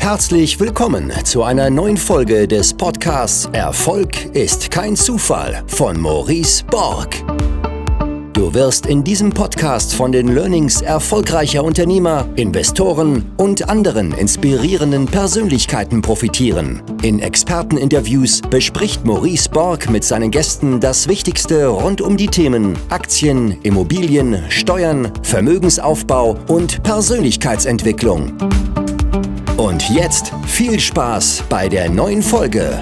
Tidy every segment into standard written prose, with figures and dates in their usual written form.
Herzlich willkommen zu einer neuen Folge des Podcasts Erfolg ist kein Zufall von Maurice Borg. Du wirst in diesem Podcast von den Learnings erfolgreicher Unternehmer, Investoren und anderen inspirierenden Persönlichkeiten profitieren. In Experteninterviews bespricht Maurice Borg mit seinen Gästen das Wichtigste rund um die Themen Aktien, Immobilien, Steuern, Vermögensaufbau und Persönlichkeitsentwicklung. Und jetzt viel Spaß bei der neuen Folge.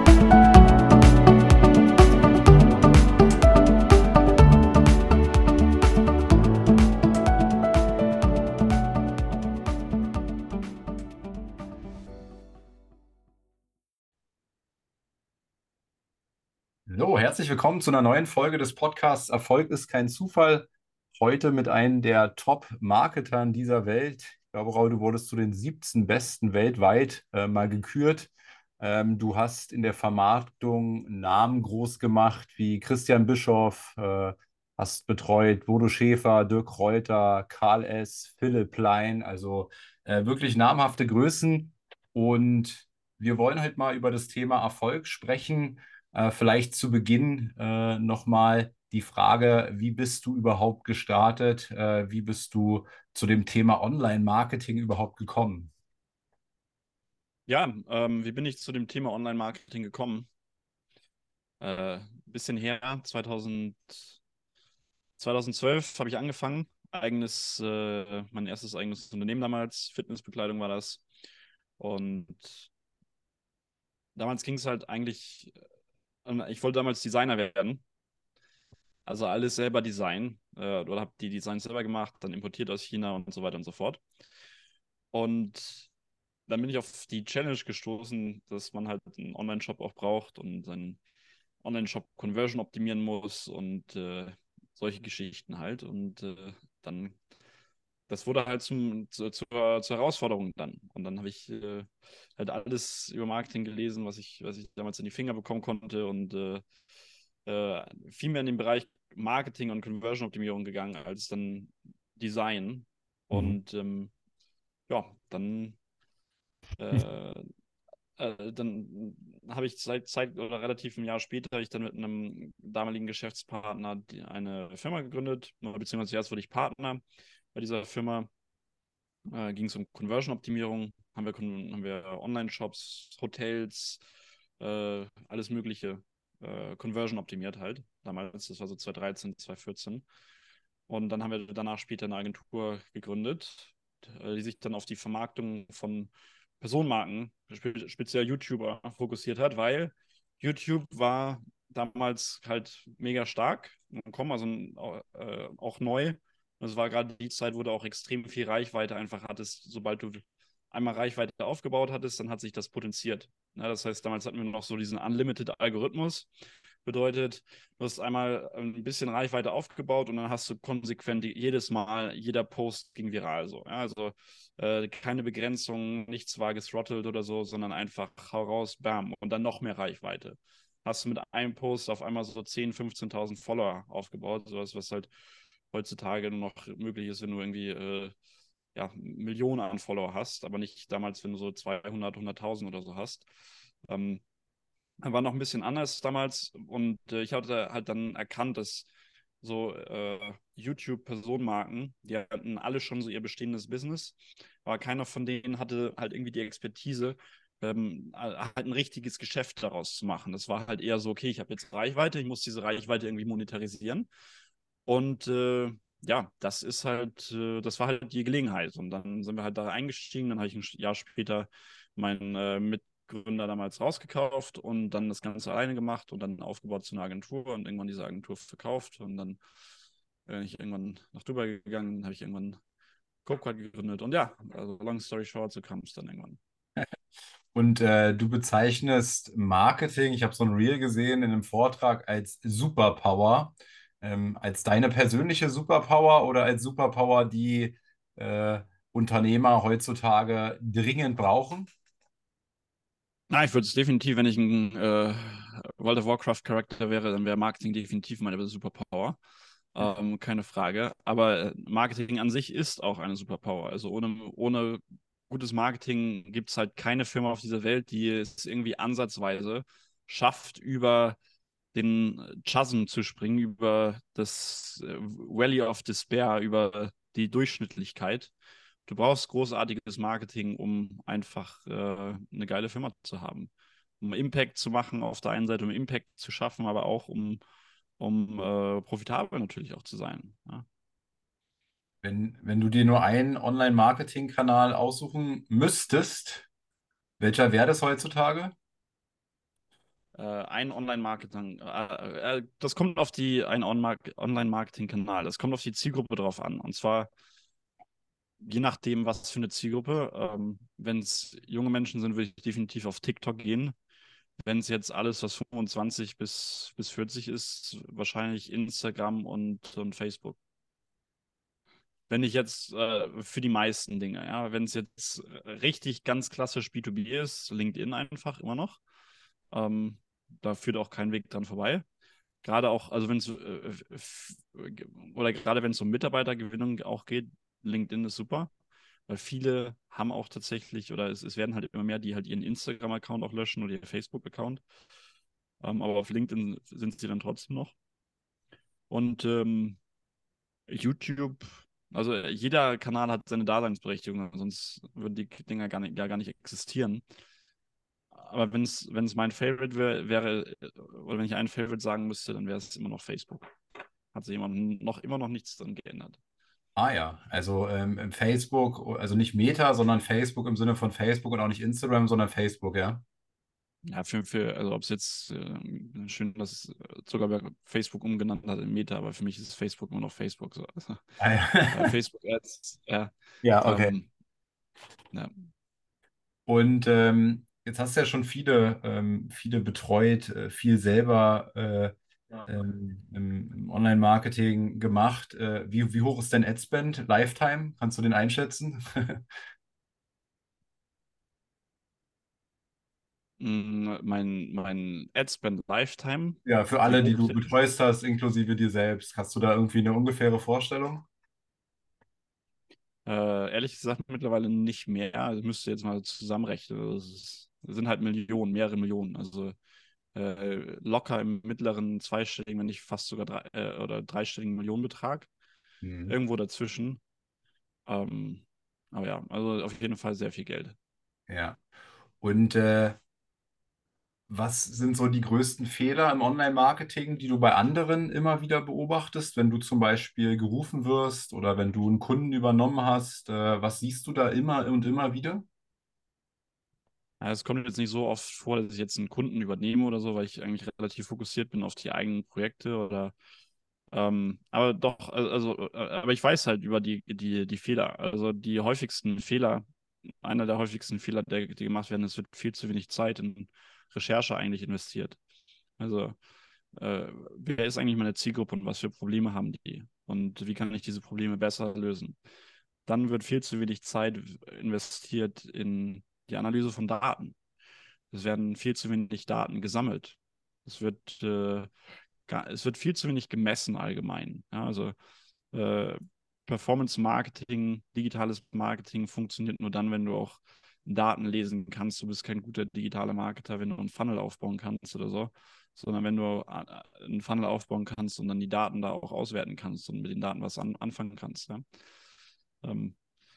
So, herzlich willkommen zu einer neuen Folge des Podcasts Erfolg ist kein Zufall. Heute mit einem der Top-Marketern dieser Welt. Ich glaube, Raul, du wurdest zu den 17 Besten weltweit mal gekürt. Du hast in der Vermarktung Namen groß gemacht wie Christian Bischoff, hast betreut Bodo Schäfer, Dirk Reuter, Karl S., Philipp Plein, also wirklich namhafte Größen. Und wir wollen heute mal über das Thema Erfolg sprechen. Vielleicht zu Beginn nochmal die Frage, wie bist du überhaupt gestartet? Wie bist du zu dem Thema Online-Marketing überhaupt gekommen? Ja, wie bin ich zu dem Thema Online-Marketing gekommen? Ein bisschen her, 2012 habe ich angefangen. Mein erstes eigenes Unternehmen damals, Fitnessbekleidung war das. Und damals ging es halt eigentlich, ich wollte damals Designer werden. Also alles selber designen. Oder habe die Designs selber gemacht, dann importiert aus China und so weiter und so fort. Und dann bin ich auf die Challenge gestoßen, dass man halt einen Online-Shop auch braucht und seinen Online-Shop Conversion optimieren muss und solche Geschichten halt. Und dann, das wurde halt zur Herausforderung dann. Und dann habe ich halt alles über Marketing gelesen, was ich damals in die Finger bekommen konnte und viel mehr in den Bereich Marketing und Conversion-Optimierung gegangen als dann Design. Mhm. Und ja, äh, dann habe ich Zeit oder relativ ein Jahr später habe ich dann mit einem damaligen Geschäftspartner eine Firma gegründet, beziehungsweise erst wurde ich Partner bei dieser Firma. Ging es um Conversion-Optimierung, haben wir Online-Shops, Hotels, alles Mögliche Conversion optimiert halt. Damals, das war so 2013, 2014. Und dann haben wir danach später eine Agentur gegründet, die sich dann auf die Vermarktung von Personenmarken, speziell YouTuber, fokussiert hat, weil YouTube war damals halt mega stark im Kommen, also auch neu. Und es war gerade die Zeit, wo du auch extrem viel Reichweite einfach hattest. Sobald du einmal Reichweite aufgebaut hattest, dann hat sich das potenziert. Ja, das heißt, damals hatten wir noch so diesen Unlimited-Algorithmus. Bedeutet, du hast einmal ein bisschen Reichweite aufgebaut und dann hast du konsequent jedes Mal, jeder Post ging viral so. Ja, also keine Begrenzung, nichts war gesrottelt oder so, sondern einfach hau raus, bam, und dann noch mehr Reichweite. Hast du mit einem Post auf einmal so 10.000, 15.000 Follower aufgebaut, sowas, was halt heutzutage nur noch möglich ist, wenn du irgendwie ja, Millionen an Follower hast, aber nicht damals, wenn du so 200, 100.000 oder so hast. Ähm, War noch ein bisschen anders damals und ich hatte halt dann erkannt, dass so YouTube-Personenmarken, die hatten alle schon so ihr bestehendes Business, aber keiner von denen hatte halt irgendwie die Expertise, halt ein richtiges Geschäft daraus zu machen. Das war halt eher so, okay, ich habe jetzt Reichweite, ich muss diese Reichweite irgendwie monetarisieren und ja, das war halt die Gelegenheit. Und dann sind wir halt da eingestiegen. Dann habe ich ein Jahr später meinen Mitgründer damals rausgekauft und dann das Ganze alleine gemacht und dann aufgebaut zu einer Agentur und irgendwann diese Agentur verkauft. Und dann bin ich irgendwann nach Dubai gegangen, habe ich irgendwann CodeCard gegründet. Und ja, also long story short, so kam es dann irgendwann. Und du bezeichnest Marketing, ich habe so ein Reel gesehen in einem Vortrag, als Superpower. Als deine persönliche Superpower oder als Superpower, die äh, Unternehmer heutzutage dringend brauchen? Na, ich würde es definitiv, wenn ich ein World of Warcraft-Charakter wäre, dann wäre Marketing definitiv meine Superpower. Keine Frage. Aber Marketing an sich ist auch eine Superpower. Also ohne gutes Marketing gibt es halt keine Firma auf dieser Welt, die es irgendwie ansatzweise schafft, über den Chasm zu springen, über das Valley of Despair, über die Durchschnittlichkeit. Du brauchst großartiges Marketing, um einfach eine geile Firma zu haben. Um Impact zu machen auf der einen Seite, um Impact zu schaffen, aber auch um profitabel natürlich auch zu sein. Ja. Wenn du dir nur einen Online-Marketing-Kanal aussuchen müsstest, welcher wäre das heutzutage? Ein Online-Marketing, das kommt auf ein Online-Marketing-Kanal, das kommt auf die Zielgruppe drauf an. Und zwar je nachdem, was für eine Zielgruppe. Wenn es junge Menschen sind, würde ich definitiv auf TikTok gehen. Wenn es jetzt alles, was 25 bis 40 ist, wahrscheinlich Instagram und Facebook. Wenn ich jetzt für die meisten Dinge, ja, wenn es jetzt richtig ganz klassisch B2B ist, LinkedIn einfach immer noch. Da führt auch kein Weg dran vorbei. Gerade auch, also wenn es oder gerade wenn es um Mitarbeitergewinnung auch geht, LinkedIn ist super, weil viele haben auch tatsächlich, oder es werden halt immer mehr, die halt ihren Instagram-Account auch löschen oder ihren Facebook-Account. Aber auf LinkedIn sind sie dann trotzdem noch. Und YouTube, also jeder Kanal hat seine Daseinsberechtigung, sonst würden die Dinger gar nicht existieren. Aber wenn es mein Favorite wäre, oder wenn ich einen Favorite sagen müsste, dann wäre es immer noch Facebook. Hat sich immer noch nichts dran geändert. Ah ja, also im Facebook, also nicht Meta, sondern Facebook im Sinne von Facebook und auch nicht Instagram, sondern Facebook, ja. Ja, also ob es jetzt schön, dass Zuckerberg Facebook umgenannt hat in Meta, aber für mich ist Facebook immer noch Facebook. So. Also, Ah, ja. Facebook-Ads, ja. Ja, okay. Ähm, ja. Und jetzt hast du ja schon viele betreut, viel selber im Online-Marketing gemacht. Wie hoch ist dein Ad-Spend, Lifetime? Kannst du den einschätzen? Mein Ad-Spend Lifetime, Ja, für wie alle, die hoch du der ist. betreust hast, inklusive dir selbst. Hast du da irgendwie eine ungefähre Vorstellung? Ehrlich gesagt mittlerweile nicht mehr. Also müsste jetzt mal zusammenrechnen. Das sind halt Millionen, mehrere Millionen. Also locker im mittleren zweistelligen, wenn nicht fast sogar oder dreistelligen Millionenbetrag. Mhm. Irgendwo dazwischen. Ähm, aber ja, also auf jeden Fall sehr viel Geld. Ja. Und was sind so die größten Fehler im Online-Marketing, die du bei anderen immer wieder beobachtest, wenn du zum Beispiel gerufen wirst oder wenn du einen Kunden übernommen hast? Was siehst du da immer und immer wieder? Ja, es kommt jetzt nicht so oft vor, dass ich jetzt einen Kunden übernehme oder so, weil ich eigentlich relativ fokussiert bin auf die eigenen Projekte oder aber doch, aber ich weiß halt über die Fehler. Also die häufigsten Fehler, einer der häufigsten Fehler, die gemacht werden, es wird viel zu wenig Zeit in Recherche eigentlich investiert. Also, wer ist eigentlich meine Zielgruppe und was für Probleme haben die? Und wie kann ich diese Probleme besser lösen? Dann wird viel zu wenig Zeit investiert in die Analyse von Daten. Es werden viel zu wenig Daten gesammelt. Es wird, äh, es wird viel zu wenig gemessen allgemein. Ja, also äh, Performance Marketing, digitales Marketing funktioniert nur dann, wenn du auch Daten lesen kannst. Du bist kein guter digitaler Marketer, wenn du einen Funnel aufbauen kannst oder so, sondern wenn du einen Funnel aufbauen kannst und dann die Daten da auch auswerten kannst und mit den Daten was anfangen kannst. Ja? Ähm,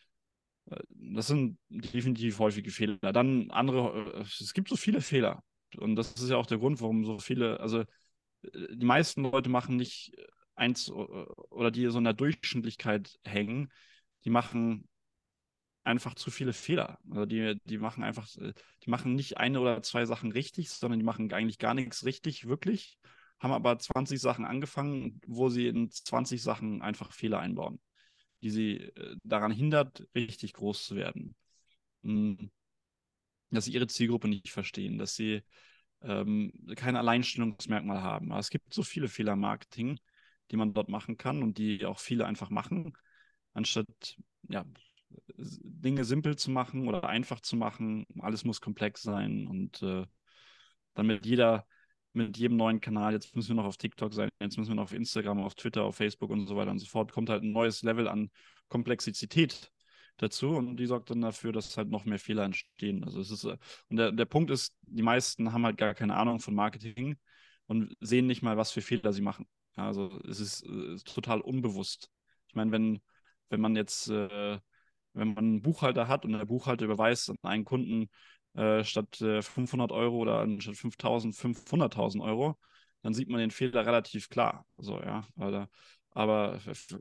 Das sind definitiv häufige Fehler. Dann andere, es gibt so viele Fehler. Und das ist ja auch der Grund, warum so viele, also die meisten Leute machen nicht eins oder die so in der Durchschnittlichkeit hängen, die machen einfach zu viele Fehler. Also die machen einfach, die machen nicht eine oder zwei Sachen richtig, sondern die machen eigentlich gar nichts richtig, wirklich, haben aber 20 Sachen angefangen, wo sie in 20 Sachen einfach Fehler einbauen, die sie daran hindert, richtig groß zu werden. Mm, Dass sie ihre Zielgruppe nicht verstehen, dass sie kein Alleinstellungsmerkmal haben. Aber es gibt so viele Fehler im Marketing, die man dort machen kann und die auch viele einfach machen, anstatt ja, Dinge simpel zu machen oder einfach zu machen. Alles muss komplex sein und dann mit jedem neuen Kanal, jetzt müssen wir noch auf TikTok sein, jetzt müssen wir noch auf Instagram, auf Twitter, auf Facebook und so weiter und so fort, kommt halt ein neues Level an Komplexität dazu und die sorgt dann dafür, dass halt noch mehr Fehler entstehen. Also es ist, und der Punkt ist, die meisten haben halt gar keine Ahnung von Marketing und sehen nicht mal, was für Fehler sie machen. Ja, also ist total unbewusst. Ich meine, wenn man jetzt, wenn man einen Buchhalter hat und der Buchhalter überweist an einen Kunden statt 500 Euro oder anstatt 5.000, 500.000 Euro, dann sieht man den Fehler relativ klar. So, ja, aber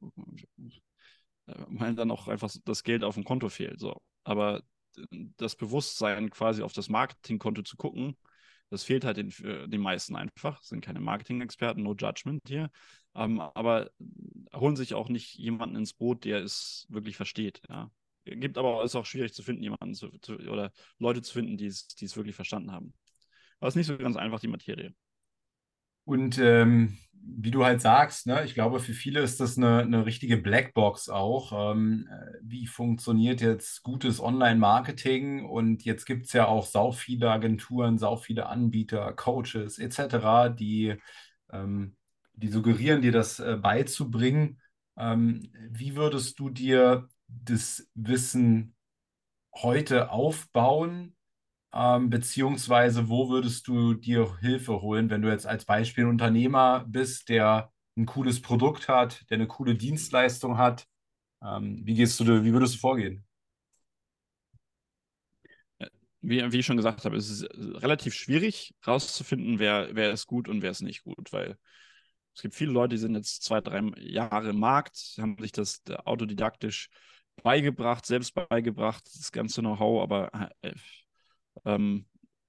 weil dann auch einfach das Geld auf dem Konto fehlt. So. Aber das Bewusstsein quasi auf das Marketingkonto zu gucken, das fehlt halt den meisten einfach. Das sind keine Marketing-Experten, no judgment hier. Aber holen sich auch nicht jemanden ins Boot, der es wirklich versteht. Ja. Gibt aber, ist auch schwierig zu finden, oder Leute zu finden, die es wirklich verstanden haben. Aber es ist nicht so ganz einfach, die Materie. Und wie du halt sagst, ne, ich glaube, für viele ist das eine richtige Blackbox auch. Wie funktioniert jetzt gutes Online-Marketing? Und jetzt gibt es ja auch sau viele Agenturen, sau viele Anbieter, Coaches etc., ähm, die suggerieren dir das beizubringen. Wie würdest du dir das Wissen heute aufbauen? Beziehungsweise wo würdest du dir Hilfe holen, wenn du jetzt als Beispiel ein Unternehmer bist, der ein cooles Produkt hat, der eine coole Dienstleistung hat? Wie würdest du vorgehen? Wie ich schon gesagt habe, es ist relativ schwierig rauszufinden, wer ist gut und wer ist nicht gut, weil es gibt viele Leute, die sind jetzt 2, 3 Jahre im Markt, haben sich das autodidaktisch beigebracht, selbst beigebracht, das ganze Know-how, aber ähm,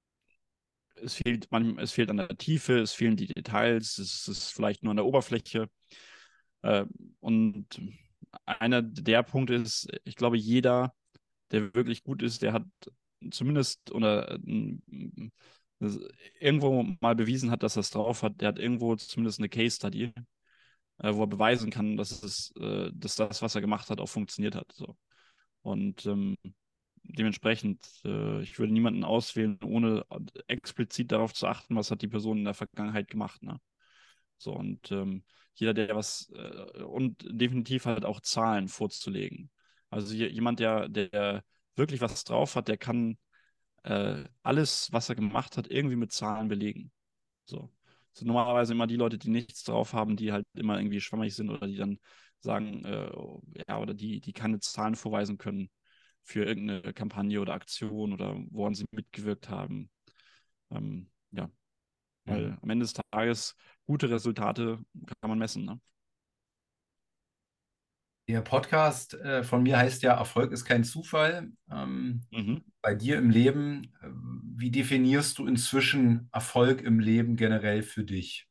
es fehlt an der Tiefe, es fehlen die Details, es ist vielleicht nur an der Oberfläche. Äh, und einer der Punkte ist, ich glaube, jeder, der wirklich gut ist, der hat zumindest oder irgendwo mal bewiesen hat, dass er es drauf hat. Der hat irgendwo zumindest eine Case Study, wo er beweisen kann, dass das, was er gemacht hat, auch funktioniert hat. So. Und dementsprechend, ich würde niemanden auswählen, ohne explizit darauf zu achten, was hat die Person in der Vergangenheit gemacht. Ne? So, und jeder, der und definitiv halt auch Zahlen vorzulegen. Also jemand, der wirklich was drauf hat, der kann alles, was er gemacht hat, irgendwie mit Zahlen belegen. So. Das sind normalerweise immer die Leute, die nichts drauf haben, die halt immer irgendwie schwammig sind oder die dann sagen, ja, oder die keine Zahlen vorweisen können für irgendeine Kampagne oder Aktion oder woran sie mitgewirkt haben. Ja, Mhm. weil am Ende des Tages gute Resultate kann man messen. Ne? Der Podcast von mir heißt ja, Erfolg ist kein Zufall. Mhm. Bei dir im Leben, wie definierst du inzwischen Erfolg im Leben generell für dich?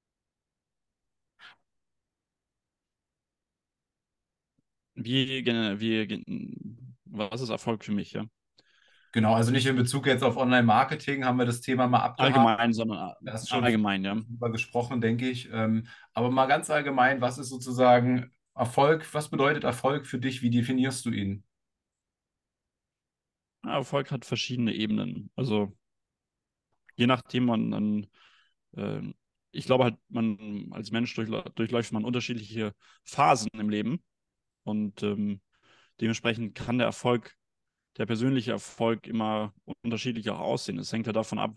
Was ist Erfolg für mich, ja? Genau, also nicht in Bezug jetzt auf Online-Marketing, haben wir das Thema mal abgehakt. Allgemein, sondern Da hast schon viel allgemein, ja. drüber gesprochen, denke ich. Aber mal ganz allgemein, was ist sozusagen Erfolg? Was bedeutet Erfolg für dich? Wie definierst du ihn? Ja, Erfolg hat verschiedene Ebenen. Also je nachdem man dann, äh, ich glaube halt, man als Mensch durchläuft man unterschiedliche Phasen im Leben und dementsprechend kann der persönliche Erfolg immer unterschiedlich auch aussehen. Es hängt ja davon ab,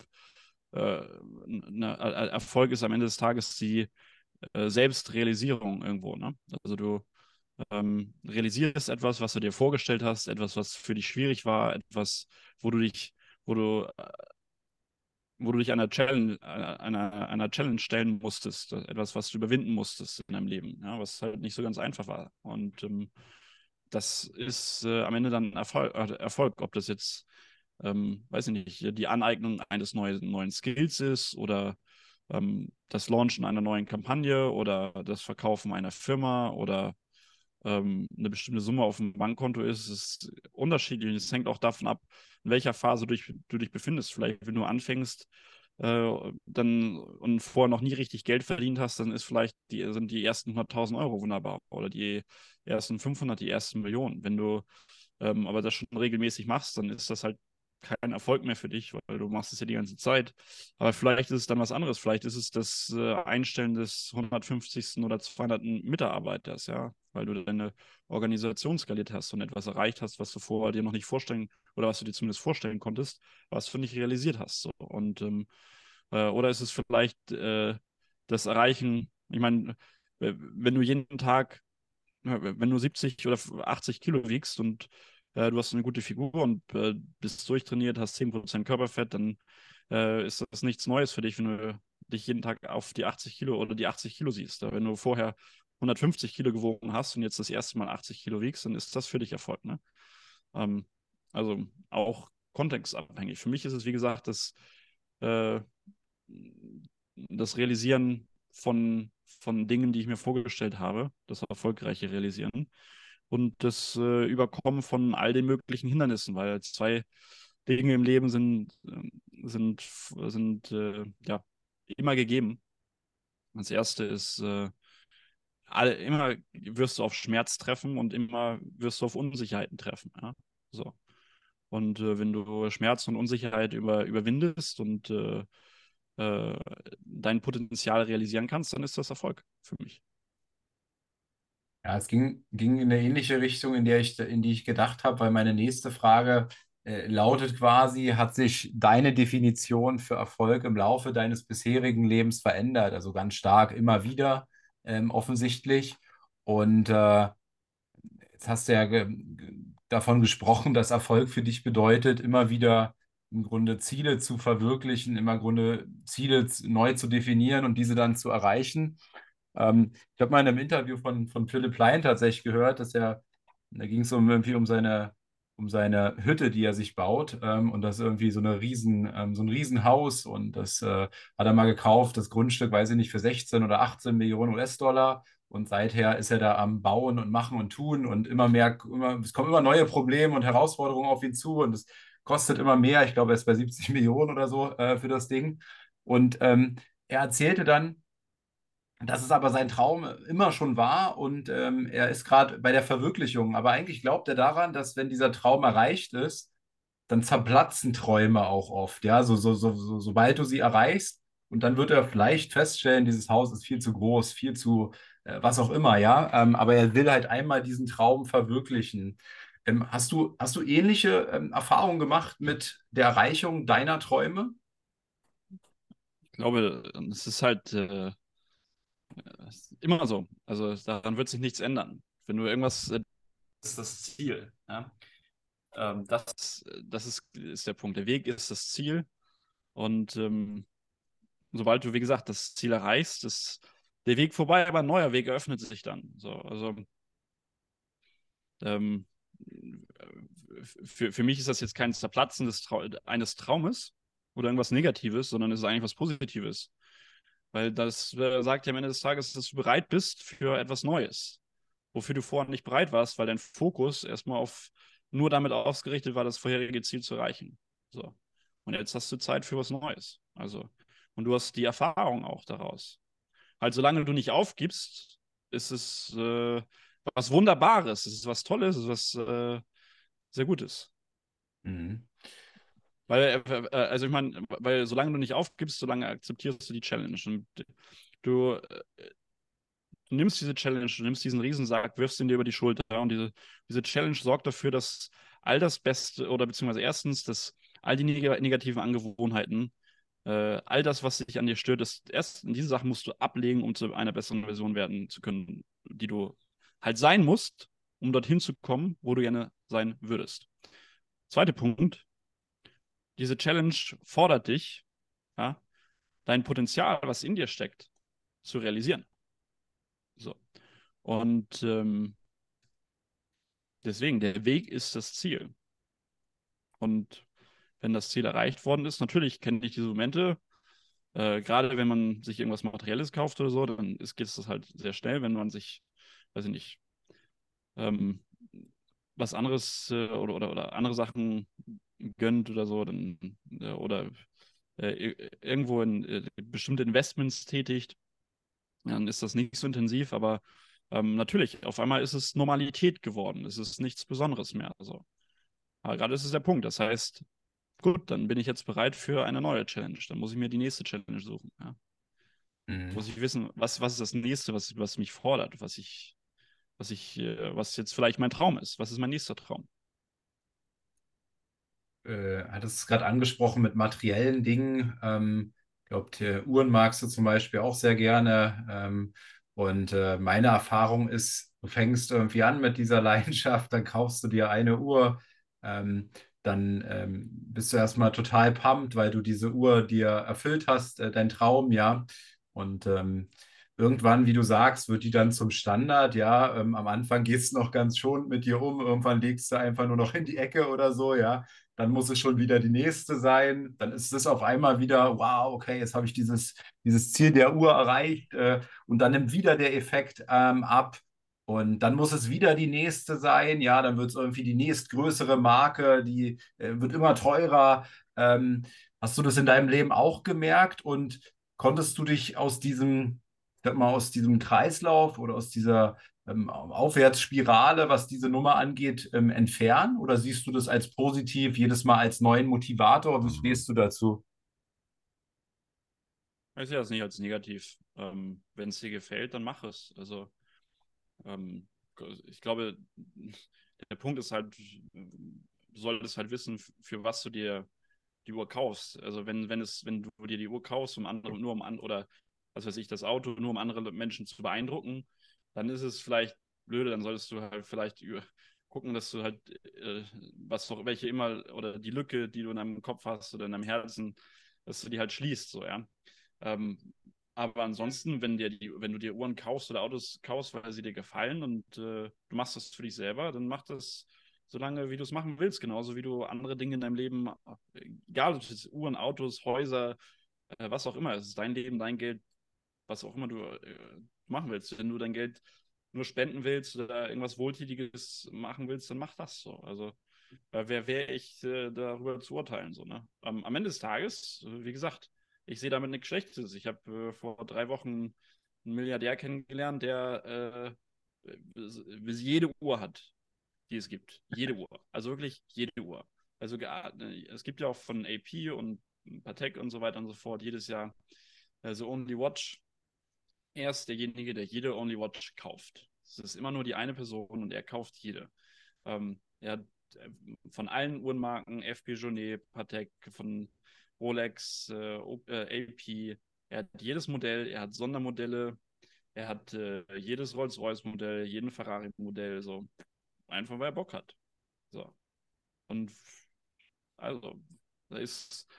Erfolg ist am Ende des Tages die Selbstrealisierung irgendwo. Ne? Also du realisierst etwas, was du dir vorgestellt hast, etwas, was für dich schwierig war, etwas, wo du dich, wo du, wo du dich einer Challenge stellen musstest, etwas, was du überwinden musstest in deinem Leben, ja, was halt nicht so ganz einfach war. Und das ist am Ende dann Erfolg, ob das jetzt, weiß ich nicht, die Aneignung eines neuen Skills ist oder das Launchen einer neuen Kampagne oder das Verkaufen einer Firma oder eine bestimmte Summe auf dem Bankkonto ist, ist unterschiedlich. Es hängt auch davon ab, in welcher Phase du dich befindest. Vielleicht, wenn du anfängst dann und vorher noch nie richtig Geld verdient hast, dann sind die ersten 100.000 Euro wunderbar oder die ersten 500, die ersten Millionen. Wenn du aber das schon regelmäßig machst, dann ist das halt kein Erfolg mehr für dich, weil du machst es ja die ganze Zeit. Aber vielleicht ist es dann was anderes. Vielleicht ist es das Einstellen des 150. oder 200. Mitarbeiters, ja, weil du deine Organisation skaliert hast und etwas erreicht hast, was du vorher dir noch nicht vorstellen oder was du dir zumindest vorstellen konntest, was du nicht realisiert hast. So. Und oder ist es vielleicht das Erreichen, ich meine, wenn du jeden Tag, wenn du 70 oder 80 Kilo wiegst und du hast eine gute Figur und bist durchtrainiert, hast 10% Körperfett, dann ist das nichts Neues für dich, wenn du dich jeden Tag auf die 80 Kilo oder die 80 Kilo siehst. Wenn du vorher 150 Kilo gewogen hast und jetzt das erste Mal 80 Kilo wiegst, dann ist das für dich Erfolg. Ne? Ähm, also auch kontextabhängig. Für mich ist es, wie gesagt, äh, das Realisieren von Dingen, die ich mir vorgestellt habe, das erfolgreiche Realisieren und das Überkommen von all den möglichen Hindernissen, weil zwei Dinge im Leben sind ja immer gegeben. Das erste ist, immer wirst du auf Schmerz treffen und immer wirst du auf Unsicherheiten treffen. Ja? So. Und wenn du Schmerz und Unsicherheit überwindest und äh, dein Potenzial realisieren kannst, dann ist das Erfolg für mich. Ja, es ging in eine ähnliche Richtung, in die ich gedacht habe, weil meine nächste Frage lautet quasi, hat sich deine Definition für Erfolg im Laufe deines bisherigen Lebens verändert? Also ganz stark immer wieder, offensichtlich. Und jetzt hast du ja davon gesprochen, dass Erfolg für dich bedeutet, immer wieder im Grunde Ziele zu verwirklichen, immer im Grunde Ziele neu zu definieren und diese dann zu erreichen. Ich habe mal in einem Interview von Philipp Plein tatsächlich gehört, da ging es irgendwie um seine Hütte, die er sich baut. Und das ist irgendwie so ein Riesenhaus. Und das hat er mal gekauft, das Grundstück, weiß ich nicht, für 16 oder 18 Millionen US-Dollar. Und seither ist er da am Bauen und Machen und Tun und es kommen immer neue Probleme und Herausforderungen auf ihn zu. Und es kostet immer mehr. Ich glaube, er ist bei 70 Millionen oder so für das Ding. Und er erzählte dann, dass es aber sein Traum immer schon war und er ist gerade bei der Verwirklichung. Aber eigentlich glaubt er daran, dass wenn dieser Traum erreicht ist, dann zerplatzen Träume auch oft. Ja, sobald du sie erreichst und dann wird er vielleicht feststellen, dieses Haus ist viel zu groß, viel zu was auch immer, ja. Aber er will halt einmal diesen Traum verwirklichen. Hast du ähnliche Erfahrungen gemacht mit der Erreichung deiner Träume? Ich glaube, es ist halt immer so. Also daran wird sich nichts ändern. Wenn du irgendwas, das ist das Ziel. Ja? Das ist der Punkt. Der Weg ist das Ziel. Und sobald du, wie gesagt, das Ziel erreichst, ist der Weg vorbei, aber ein neuer Weg eröffnet sich dann. So, also ähm, für mich ist das jetzt kein Zerplatzen eines Traumes oder irgendwas Negatives, sondern es ist eigentlich was Positives. Weil das sagt ja am Ende des Tages, dass du bereit bist für etwas Neues, wofür du vorher nicht bereit warst, weil dein Fokus erstmal nur damit ausgerichtet war, das vorherige Ziel zu erreichen. So. Und jetzt hast du Zeit für was Neues. Also, und du hast die Erfahrung auch daraus. Halt, solange du nicht aufgibst, ist es was Wunderbares, es ist was Tolles, es ist was sehr Gutes. Mhm. Also ich meine, weil solange du nicht aufgibst, solange akzeptierst du die Challenge. Und du du nimmst diese Challenge, du nimmst diesen Riesensack, wirfst ihn dir über die Schulter und diese Challenge sorgt dafür, dass all das Beste oder beziehungsweise erstens, dass all die negativen Angewohnheiten, all das, was dich an dir stört, diese Sachen musst du ablegen, um zu einer besseren Version werden zu können, die du halt sein musst, um dorthin zu kommen, wo du gerne sein würdest. Zweiter Punkt, diese Challenge fordert dich, ja, dein Potenzial, was in dir steckt, zu realisieren. So. Und deswegen, der Weg ist das Ziel. Und wenn das Ziel erreicht worden ist, natürlich kenne ich diese Momente, gerade wenn man sich irgendwas Materielles kauft oder so, geht es das halt sehr schnell, wenn man sich, weiß ich nicht, ähm, was anderes oder andere Sachen gönnt oder so, oder irgendwo in bestimmte Investments tätigt, dann ist das nicht so intensiv, aber natürlich, auf einmal ist es Normalität geworden. Es ist nichts Besonderes mehr. Also. Aber gerade ist es der Punkt. Das heißt, gut, dann bin ich jetzt bereit für eine neue Challenge. Dann muss ich mir die nächste Challenge suchen. Ja. Muss ich wissen, was ist das nächste, was mich fordert, was jetzt vielleicht mein Traum ist. Was ist mein nächster Traum? Hattest es gerade angesprochen mit materiellen Dingen. Ich glaube, Uhren magst du zum Beispiel auch sehr gerne. Und meine Erfahrung ist, du fängst irgendwie an mit dieser Leidenschaft, dann kaufst du dir eine Uhr, ähm, dann bist du erstmal total pumped, weil du diese Uhr dir erfüllt hast, dein Traum, ja. Und irgendwann, wie du sagst, wird die dann zum Standard, ja. Am Anfang gehst du noch ganz schonend mit dir um, irgendwann legst du einfach nur noch in die Ecke oder so, ja. Dann muss es schon wieder die nächste sein. Dann ist es auf einmal wieder, wow, okay, jetzt habe ich dieses Ziel der Uhr erreicht. Und dann nimmt wieder der Effekt ab. Und dann muss es wieder die nächste sein. Ja, dann wird es irgendwie die nächstgrößere Marke, die wird immer teurer. Ähm, Hast du das in deinem Leben auch gemerkt? Und konntest du dich aus diesem, ich sag mal, aus diesem Kreislauf oder aus dieser Aufwärtsspirale, was diese Nummer angeht, entfernen? Oder siehst du das als positiv, jedes Mal als neuen Motivator? Wie stehst du dazu? Ich sehe das nicht als negativ. Wenn es dir gefällt, dann mach es. Also, ähm, ich glaube, der Punkt ist halt, du solltest halt wissen, für was du dir die Uhr kaufst. Also wenn du dir die Uhr kaufst, oder was weiß ich, das Auto nur um andere Menschen zu beeindrucken, dann ist es vielleicht blöde, dann solltest du halt vielleicht gucken, dass du halt, was doch welche immer, oder die Lücke, die du in deinem Kopf hast oder in deinem Herzen, dass du die halt schließt, so, ja. Ähm, aber ansonsten, wenn du dir Uhren kaufst oder Autos kaufst, weil sie dir gefallen und du machst das für dich selber, dann mach das solange, wie du es machen willst, genauso wie du andere Dinge in deinem Leben, egal ob es Uhren, Autos, Häuser, was auch immer, es ist dein Leben, dein Geld, was auch immer du machen willst. Wenn du dein Geld nur spenden willst oder irgendwas Wohltätiges machen willst, dann mach das so. Also wer wäre ich, darüber zu urteilen, so, ne? Am Ende des Tages, wie gesagt, ich sehe damit nichts Schlechtes. Ich habe vor 3 Wochen einen Milliardär kennengelernt, der jede Uhr hat, die es gibt. Jede Uhr. Also wirklich jede Uhr. Also es gibt ja auch von AP und Patek und so weiter und so fort jedes Jahr so Only Watch. Er ist derjenige, der jede Only Watch kauft. Es ist immer nur die eine Person und er kauft jede. Er hat von allen Uhrenmarken, FP Journet, Patek, von Rolex, AP, er hat jedes Modell, er hat Sondermodelle, er hat jedes Rolls-Royce-Modell, jeden Ferrari-Modell, so einfach weil er Bock hat. So. Und also, da ist,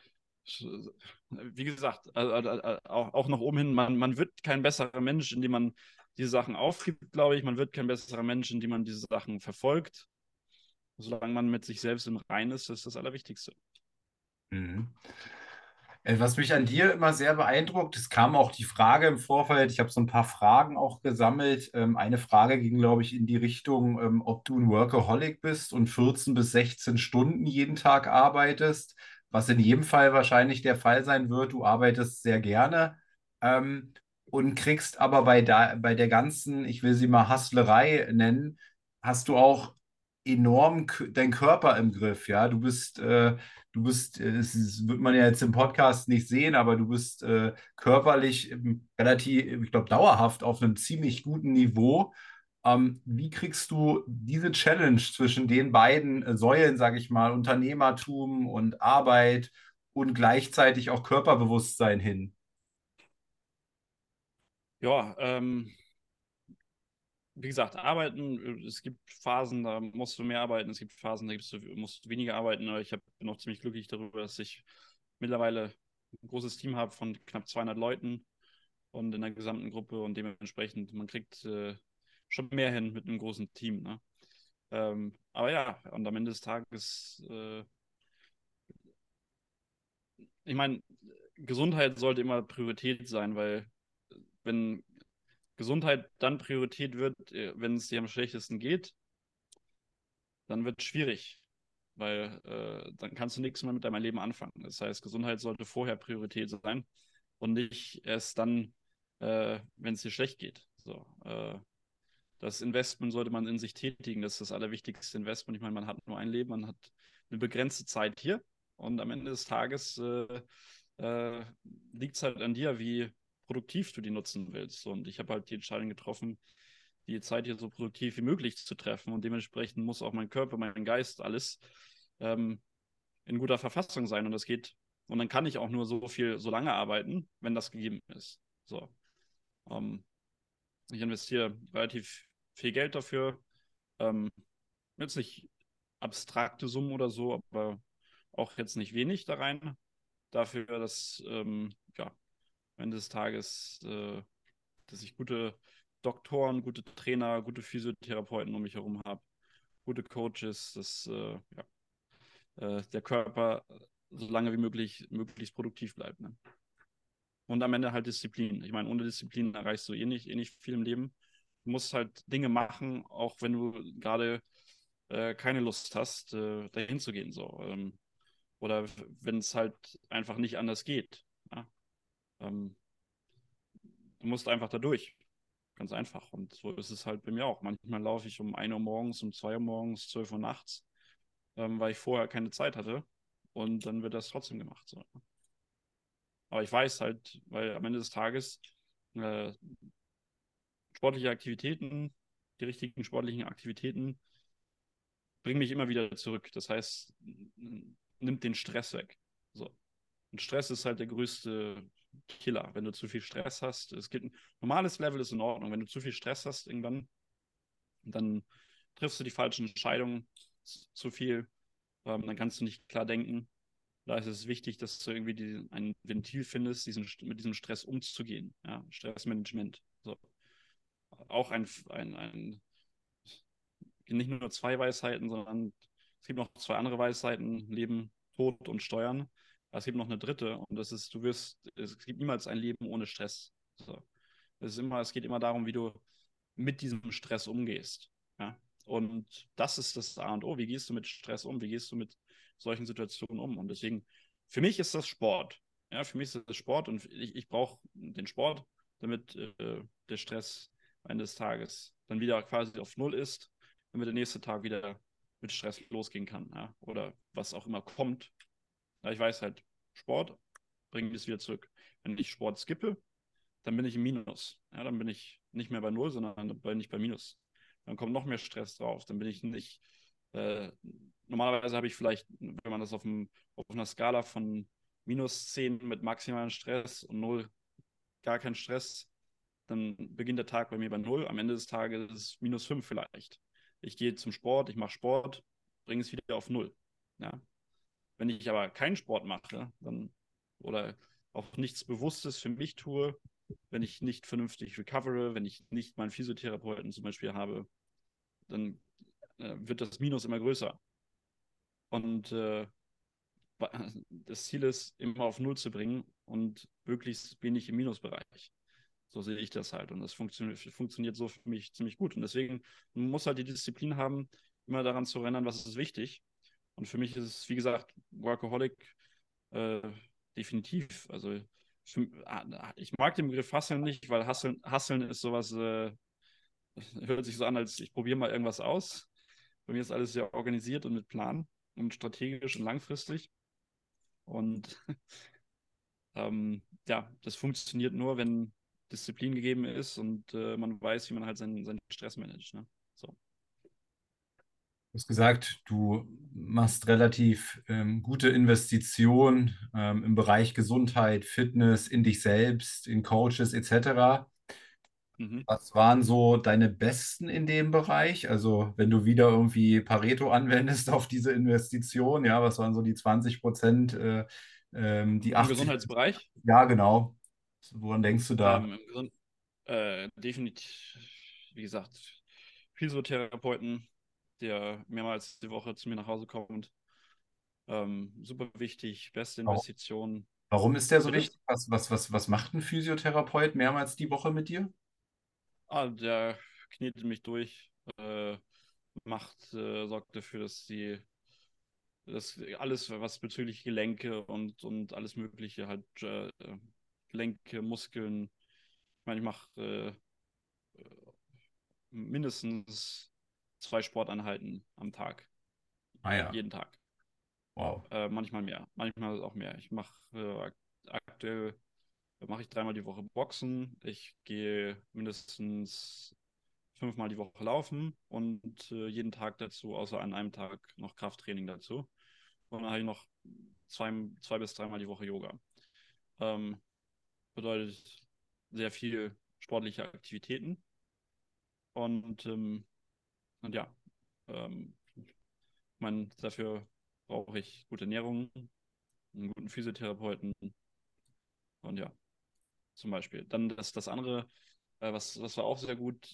wie gesagt, auch nach oben hin, man wird kein besserer Mensch, indem man diese Sachen aufgibt, glaube ich. Man wird kein besserer Mensch, indem man diese Sachen verfolgt. Solange man mit sich selbst im Reinen ist, ist das Allerwichtigste. Mhm. Was mich an dir immer sehr beeindruckt, es kam auch die Frage im Vorfeld, ich habe so ein paar Fragen auch gesammelt. Eine Frage ging, glaube ich, in die Richtung, ob du ein Workaholic bist und 14 bis 16 Stunden jeden Tag arbeitest, was in jedem Fall wahrscheinlich der Fall sein wird. Du arbeitest sehr gerne ähm, und kriegst aber bei der ganzen, ich will sie mal Hustlerei nennen, hast du auch enorm deinen Körper im Griff, ja. Wird man ja jetzt im Podcast nicht sehen, aber du bist körperlich relativ, ich glaube, dauerhaft auf einem ziemlich guten Niveau. Wie kriegst du diese Challenge zwischen den beiden Säulen, sage ich mal, Unternehmertum und Arbeit und gleichzeitig auch Körperbewusstsein hin? Ja, wie gesagt, arbeiten, es gibt Phasen, da musst du mehr arbeiten, es gibt Phasen, musst du weniger arbeiten. Bin auch ziemlich glücklich darüber, dass ich mittlerweile ein großes Team habe von knapp 200 Leuten und in der gesamten Gruppe und dementsprechend, man kriegt schon mehr hin mit einem großen Team. Ne? Aber ja, und am Ende des Tages, ich meine, Gesundheit sollte immer Priorität sein, weil wenn Gesundheit dann Priorität wird, wenn es dir am schlechtesten geht, dann wird es schwierig, weil dann kannst du nichts mehr mit deinem Leben anfangen. Das heißt, Gesundheit sollte vorher Priorität sein und nicht erst dann, wenn es dir schlecht geht. So, das Investment sollte man in sich tätigen. Das ist das allerwichtigste Investment. Ich meine, man hat nur ein Leben, man hat eine begrenzte Zeit hier. Und am Ende des Tages liegt es halt an dir, wie produktiv du die nutzen willst. Und ich habe halt die Entscheidung getroffen, die Zeit hier so produktiv wie möglich zu treffen. Und dementsprechend muss auch mein Körper, mein Geist, alles ähm, in guter Verfassung sein. Und das geht. Und dann kann ich auch nur so lange arbeiten, wenn das gegeben ist. So. Ähm, Ich investiere relativ viel Geld dafür. Ähm, Jetzt nicht abstrakte Summen oder so, aber auch jetzt nicht wenig da rein. Dafür, dass ja, am Ende des Tages, dass ich gute Doktoren, gute Trainer, gute Physiotherapeuten um mich herum habe, gute Coaches, dass der Körper so lange wie möglich möglichst produktiv bleibt. Ne? Und am Ende halt Disziplin. Ich meine, ohne Disziplin erreichst du eh nicht viel im Leben. Du musst halt Dinge machen, auch wenn du gerade keine Lust hast, dahin zu gehen. So. Oder wenn es halt einfach nicht anders geht. Ja? Ähm, Du musst einfach da durch. Ganz einfach. Und so ist es halt bei mir auch. Manchmal laufe ich um 1 Uhr morgens, um 2 Uhr morgens, 12 Uhr nachts, weil ich vorher keine Zeit hatte. Und dann wird das trotzdem gemacht. So. Aber ich weiß halt, weil am Ende des Tages äh, sportliche Aktivitäten, die richtigen sportlichen Aktivitäten, bringen mich immer wieder zurück. Das heißt, nimmt den Stress weg. So. Und Stress ist halt der größte Killer. Wenn du zu viel Stress hast, es gibt ein normales Level ist in Ordnung. Wenn du zu viel Stress hast, irgendwann, dann triffst du die falschen Entscheidungen zu viel. Dann kannst du nicht klar denken. Da ist es wichtig, dass du irgendwie ein Ventil findest, mit diesem Stress umzugehen. Ja? Stressmanagement. So. Auch nicht nur 2 Weisheiten, sondern es gibt noch 2 andere Weisheiten: Leben, Tod und Steuern. Aber es gibt noch eine dritte, und das ist, es gibt niemals ein Leben ohne Stress. So. Es geht immer darum, wie du mit diesem Stress umgehst. Ja? Und das ist das A und O. Wie gehst du mit Stress um? Wie gehst du mit solchen Situationen um? Und deswegen, für mich ist das Sport. Ja, für mich ist das Sport, und ich brauche den Sport, damit der Stress eines Tages dann wieder quasi auf Null ist, damit der nächste Tag wieder mit Stress losgehen kann. Ja? Oder was auch immer kommt. Ja, ich weiß halt, Sport bringt es wieder zurück. Wenn ich Sport skippe, dann bin ich im Minus. Ja, dann bin ich nicht mehr bei Null, sondern dann bin ich bei Minus. Dann kommt noch mehr Stress drauf. Dann bin ich nicht. Äh, Normalerweise habe ich vielleicht, wenn man das auf einer Skala von -10 mit maximalen Stress und 0 gar kein Stress, dann beginnt der Tag bei mir bei 0. Am Ende des Tages ist es -5 vielleicht. Ich gehe zum Sport, ich mache Sport, bringe es wieder auf 0. Ja? Wenn ich aber keinen Sport mache, dann oder auch nichts Bewusstes für mich tue, wenn ich nicht vernünftig recovere, wenn ich nicht meinen Physiotherapeuten zum Beispiel habe, dann wird das Minus immer größer. Und das Ziel ist, immer auf Null zu bringen und möglichst wenig im Minusbereich. So sehe ich das halt. Und das funktioniert so für mich ziemlich gut. Und deswegen man muss halt die Disziplin haben, immer daran zu erinnern, was ist wichtig. Und für mich ist es, wie gesagt, Workaholic äh, definitiv. Also ich mag den Begriff Hustlen nicht, weil Hustlen ist sowas, hört sich so an, als ich probiere mal irgendwas aus. Bei mir ist alles sehr organisiert und mit Plan und strategisch und langfristig. Und ja, das funktioniert nur, wenn Disziplin gegeben ist und man weiß, wie man halt seinen Stress managt. Ne? So. Du hast gesagt, du machst relativ gute Investitionen im Bereich Gesundheit, Fitness, in dich selbst, in Coaches etc. Mhm. Was waren so deine besten in dem Bereich? Also wenn du wieder irgendwie Pareto anwendest auf diese Investition, ja, was waren so die 20%, die Im 80? Gesundheitsbereich, Ja, genau. Woran denkst du da? im Gesund definitiv, wie gesagt, Physiotherapeuten, der mehrmals die Woche zu mir nach Hause kommt. Super wichtig, beste Warum, Investition. warum ist der so Bitte? wichtig? Was macht ein Physiotherapeut mehrmals die Woche mit dir? Der knetet mich durch, sorgt dafür, dass alles, was bezüglich Gelenke und alles Mögliche, halt Gelenke, Muskeln, ich meine, ich mache mindestens 2 Sporteinheiten am Tag, Ah ja. jeden Tag. Wow. Manchmal mehr, manchmal auch mehr. Aktuell mache ich 3-mal die Woche Boxen. Ich gehe mindestens 5-mal die Woche laufen und jeden Tag dazu, außer an einem Tag, noch Krafttraining dazu. Und dann habe ich noch 2 bis 3-mal die Woche Yoga. Ähm, Bedeutet sehr viel sportliche Aktivitäten. Und, und ja, ich meine, dafür brauche ich gute Ernährung, einen guten Physiotherapeuten und ja, zum Beispiel. Dann das andere, was war auch sehr gut,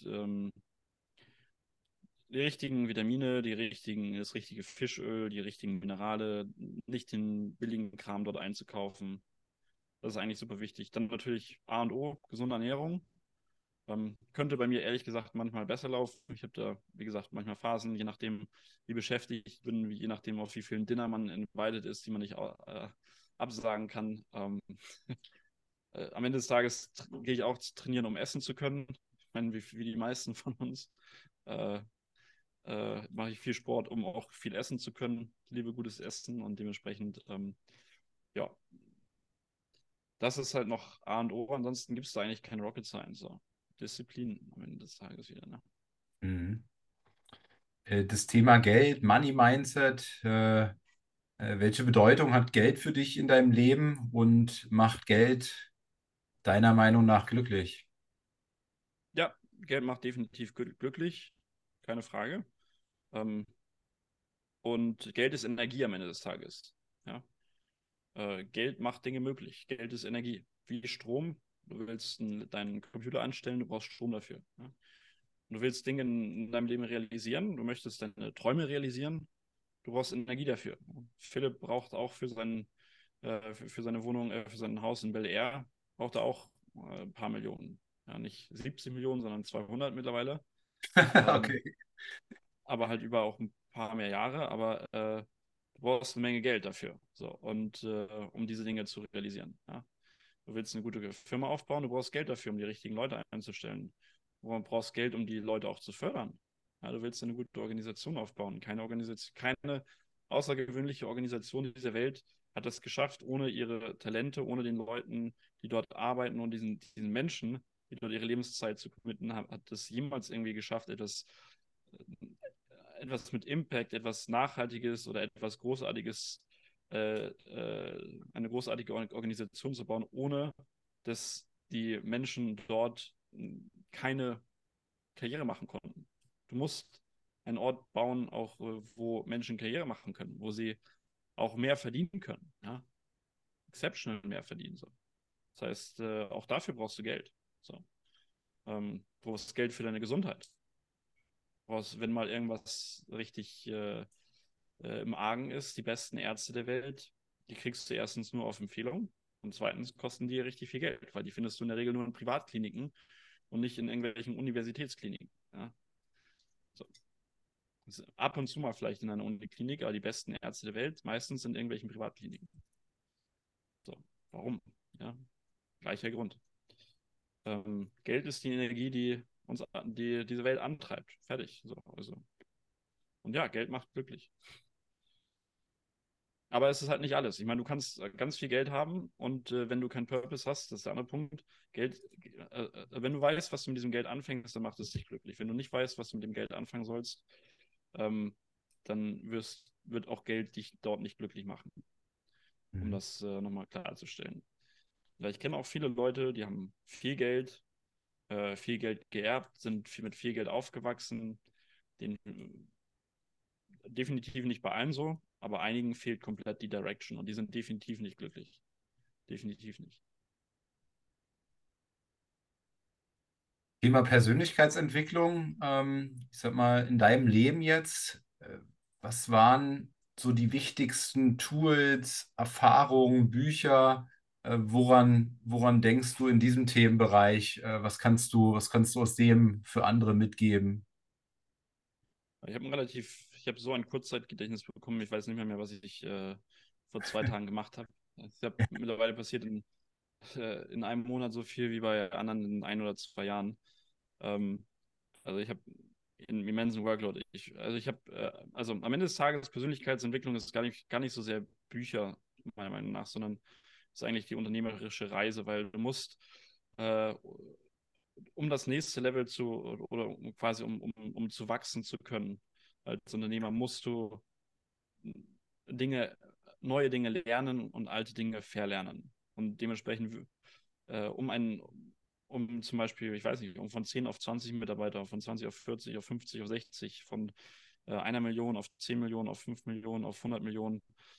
die richtigen Vitamine, das richtige Fischöl, die richtigen Minerale, nicht den billigen Kram dort einzukaufen. Das ist eigentlich super wichtig. Dann natürlich A und O, gesunde Ernährung. Könnte bei mir ehrlich gesagt manchmal besser laufen. Ich habe da, wie gesagt, manchmal Phasen, je nachdem, wie beschäftigt ich bin, je nachdem, auf wie vielen Dinner man invited ist, die man nicht absagen kann. Am Ende des Tages gehe ich auch trainieren, um essen zu können. Ich meine, wie die meisten von uns äh, mache ich viel Sport, um auch viel essen zu können. Ich liebe gutes Essen und dementsprechend, ja, das ist halt noch A und O. Ansonsten gibt es da eigentlich keine Rocket Science. So. Disziplin am Ende des Tages wieder. Ne? Mhm. Das Thema Geld, Money Mindset, welche Bedeutung hat Geld für dich in deinem Leben und macht Geld deiner Meinung nach glücklich? Ja, Geld macht definitiv glücklich, keine Frage. Ähm, und Geld ist Energie am Ende des Tages. Ja? Geld macht Dinge möglich. Geld ist Energie. Wie Strom. Du willst deinen Computer anstellen, du brauchst Strom dafür. Ja? Du willst Dinge in deinem Leben realisieren, du möchtest deine Träume realisieren, du brauchst Energie dafür. Philipp braucht auch für seine Wohnung, für sein Haus in Bel Air, braucht er auch ein paar Millionen. Ja, nicht 70 Millionen, sondern 200 mittlerweile. Ähm, Okay. aber halt über auch ein paar mehr Jahre. Aber du brauchst eine Menge Geld dafür. So, und um diese Dinge zu realisieren. Ja? Du willst eine gute Firma aufbauen, du brauchst Geld dafür, um die richtigen Leute einzustellen. Du brauchst Geld, um die Leute auch zu fördern. Ja, du willst eine gute Organisation aufbauen. Keine außergewöhnliche Organisation dieser Welt hat es geschafft, ohne ihre Talente, ohne den Leuten, die dort arbeiten und diesen Menschen, die dort ihre Lebenszeit zu committen haben, hat es jemals irgendwie geschafft, etwas mit Impact, etwas Nachhaltiges oder etwas Großartiges, eine großartige Organisation zu bauen, ohne dass die Menschen dort keine Karriere machen konnten. Du musst einen Ort bauen, auch wo Menschen Karriere machen können, wo sie auch mehr verdienen können, ja? Exceptional mehr verdienen. So. Das heißt, auch dafür brauchst du Geld. So. Du brauchst Geld für deine Gesundheit. Du brauchst, wenn mal irgendwas richtig im Argen ist, die besten Ärzte der Welt, die kriegst du erstens nur auf Empfehlung und zweitens kosten die richtig viel Geld, weil die findest du in der Regel nur in Privatkliniken und nicht in irgendwelchen Universitätskliniken. Ja? So. Also ab und zu mal vielleicht in einer Uniklinik, aber die besten Ärzte der Welt meistens in irgendwelchen Privatkliniken. So, warum? Ja, gleicher Grund. Geld ist die Energie, die diese Welt antreibt. Fertig. So, also. Und ja, Geld macht glücklich. Aber es ist halt nicht alles. Ich meine, du kannst ganz viel Geld haben und wenn du keinen Purpose hast, das ist der andere Punkt. Wenn du weißt, was du mit diesem Geld anfängst, dann macht es dich glücklich. Wenn du nicht weißt, was du mit dem Geld anfangen sollst, ähm, dann wird auch Geld dich dort nicht glücklich machen, um Mhm. das nochmal klarzustellen. Weil ich kenne auch viele Leute, die haben viel Geld geerbt, sind mit viel Geld aufgewachsen, denen definitiv nicht bei allen so, aber einigen fehlt komplett die Direction und die sind definitiv nicht glücklich. Definitiv nicht. Thema Persönlichkeitsentwicklung, ich sag mal, in deinem Leben jetzt, was waren so die wichtigsten Tools, Erfahrungen, Bücher, woran denkst du in diesem Themenbereich, was kannst du aus dem für andere mitgeben? Ich habe so ein Kurzzeitgedächtnis bekommen, ich weiß nicht mehr, was ich vor 2 Tagen gemacht habe. Ich habe mittlerweile passiert in einem Monat so viel wie bei anderen in 1 oder 2 Jahren. Ähm, also ich habe einen immensen Workload. Also am Ende des Tages, Persönlichkeitsentwicklung ist gar nicht so sehr Bücher, meiner Meinung nach, sondern ist eigentlich die unternehmerische Reise, weil du musst, äh, um das nächste Level oder um zu wachsen zu können, als Unternehmer musst du Dinge, neue Dinge lernen und alte Dinge verlernen. Und dementsprechend, äh, um einen, um zum Beispiel, ich weiß nicht, um von 10 auf 20 Mitarbeiter, von 20 auf 40, auf 50, auf 60, von 1 Million auf 10 Millionen, auf 5 Millionen, auf 100 Millionen,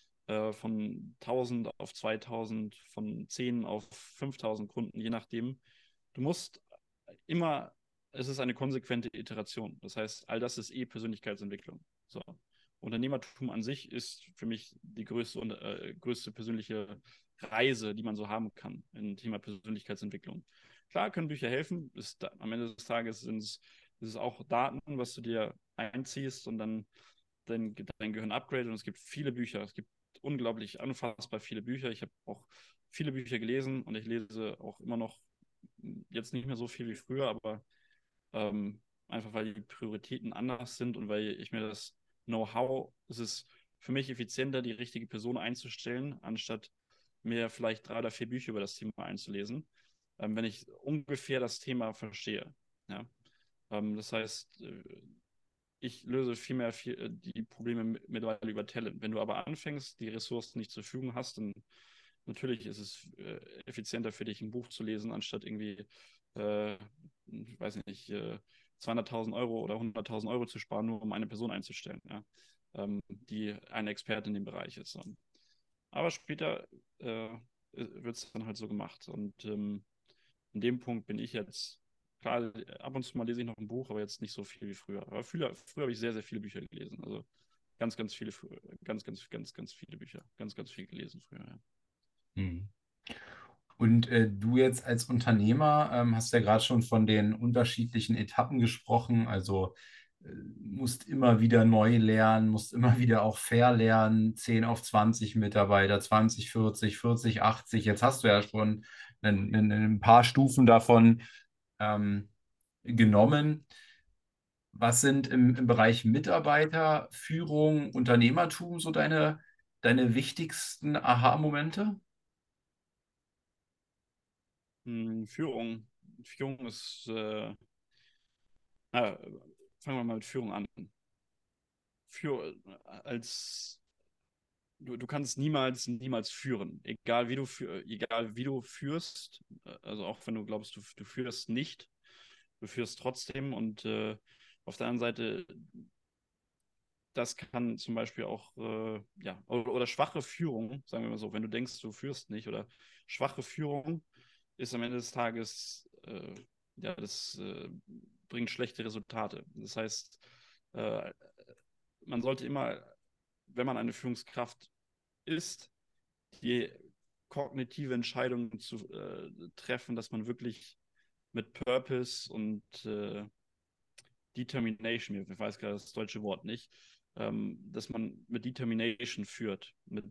von 1000 auf 2000, von 10 auf 5000 Kunden, je nachdem. Du musst immer, es ist eine konsequente Iteration. Das heißt, all das ist Persönlichkeitsentwicklung. So. Unternehmertum an sich ist für mich die größte persönliche Reise, die man so haben kann im Thema Persönlichkeitsentwicklung. Klar können Bücher helfen. Am Ende des Tages ist es auch Daten, was du dir einziehst und dann dein Gehirn upgradet. Und es gibt viele Bücher. Es gibt unglaublich, unfassbar viele Bücher. Ich habe auch viele Bücher gelesen und ich lese auch immer noch jetzt nicht mehr so viel wie früher, aber einfach weil die Prioritäten anders sind und weil ich mir das Know-how, es ist für mich effizienter, die richtige Person einzustellen, anstatt mir vielleicht 3 oder 4 Bücher über das Thema einzulesen, wenn ich ungefähr das Thema verstehe. Ja? Das heißt, ich löse die Probleme mittlerweile über Talent. Wenn du aber anfängst, die Ressourcen nicht zur Verfügung hast, dann natürlich ist es effizienter für dich, ein Buch zu lesen, anstatt irgendwie, ich weiß nicht, 200.000 Euro oder 100.000 Euro zu sparen, nur um eine Person einzustellen, ja? Die eine Expertin in dem Bereich ist. Aber später wird es dann halt so gemacht. Und in dem Punkt bin ich jetzt, klar, ab und zu mal lese ich noch ein Buch, aber jetzt nicht so viel wie früher. Aber früher habe ich sehr, sehr viele Bücher gelesen. Also ganz viele, ganz viele Bücher. Ganz viel gelesen früher, ja. Mhm. Und du jetzt als Unternehmer hast ja gerade schon von den unterschiedlichen Etappen gesprochen. Also musst immer wieder neu lernen, musst immer wieder auch verlernen. 10 auf 20 Mitarbeiter, 20, 40, 40, 80. Jetzt hast du ja schon ein paar Stufen davon ähm, genommen. Was sind im Bereich Mitarbeiterführung, Unternehmertum so deine wichtigsten Aha-Momente? Führung. Führung ist, äh, fangen wir mal mit Führung an. Für, als du kannst niemals führen, egal wie du führst, also auch wenn du glaubst, du führst nicht, du führst trotzdem und auf der anderen Seite, das kann zum Beispiel auch, ja, oder schwache Führung, sagen wir mal so, wenn du denkst, du führst nicht, oder schwache Führung ist am Ende des Tages, ja, das bringt schlechte Resultate. Das heißt, äh, man sollte immer, wenn man eine Führungskraft ist, die kognitive Entscheidung zu treffen, dass man wirklich mit Purpose und Determination, ich weiß gerade das deutsche Wort nicht, dass man mit Determination führt,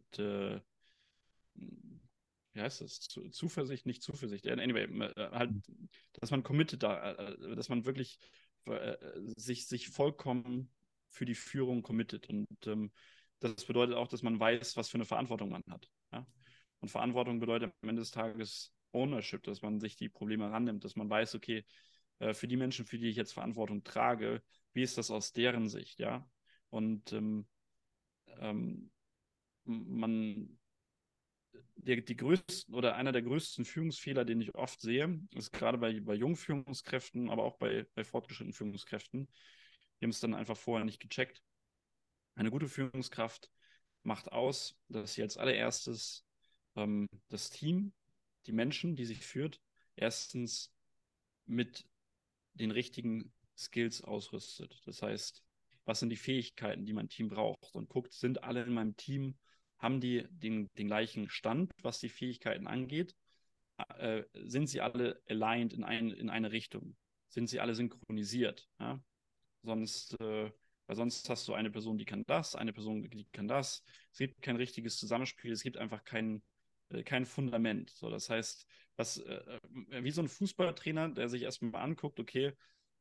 wie heißt das? Zuversicht, nicht Zuversicht. Anyway, halt, dass man committed dass man wirklich äh, sich vollkommen für die Führung committet. Und das bedeutet auch, dass man weiß, was für eine Verantwortung man hat. Ja? Und Verantwortung bedeutet am Ende des Tages Ownership, dass man sich die Probleme rannimmt, dass man weiß, okay, für die Menschen, für die ich jetzt Verantwortung trage, wie ist das aus deren Sicht, ja? Und ähm, man die größten oder einer der größten Führungsfehler, den ich oft sehe, ist gerade bei jungen Führungskräften, aber auch bei fortgeschrittenen Führungskräften, die haben es dann einfach vorher nicht gecheckt. Eine gute Führungskraft macht aus, dass sie als allererstes das Team, die Menschen, die sich führt, erstens mit den richtigen Skills ausrüstet. Das heißt, was sind die Fähigkeiten, die mein Team braucht? Und guckt, sind alle in meinem Team, haben die den gleichen Stand, was die Fähigkeiten angeht? Sind sie alle aligned in eine Richtung? Sind sie alle synchronisiert? Ja? Sonst, weil sonst hast du eine Person, die kann das, eine Person, die kann das. Es gibt kein richtiges Zusammenspiel, es gibt einfach kein Fundament. So, das heißt, wie so ein Fußballtrainer, der sich erstmal anguckt, okay,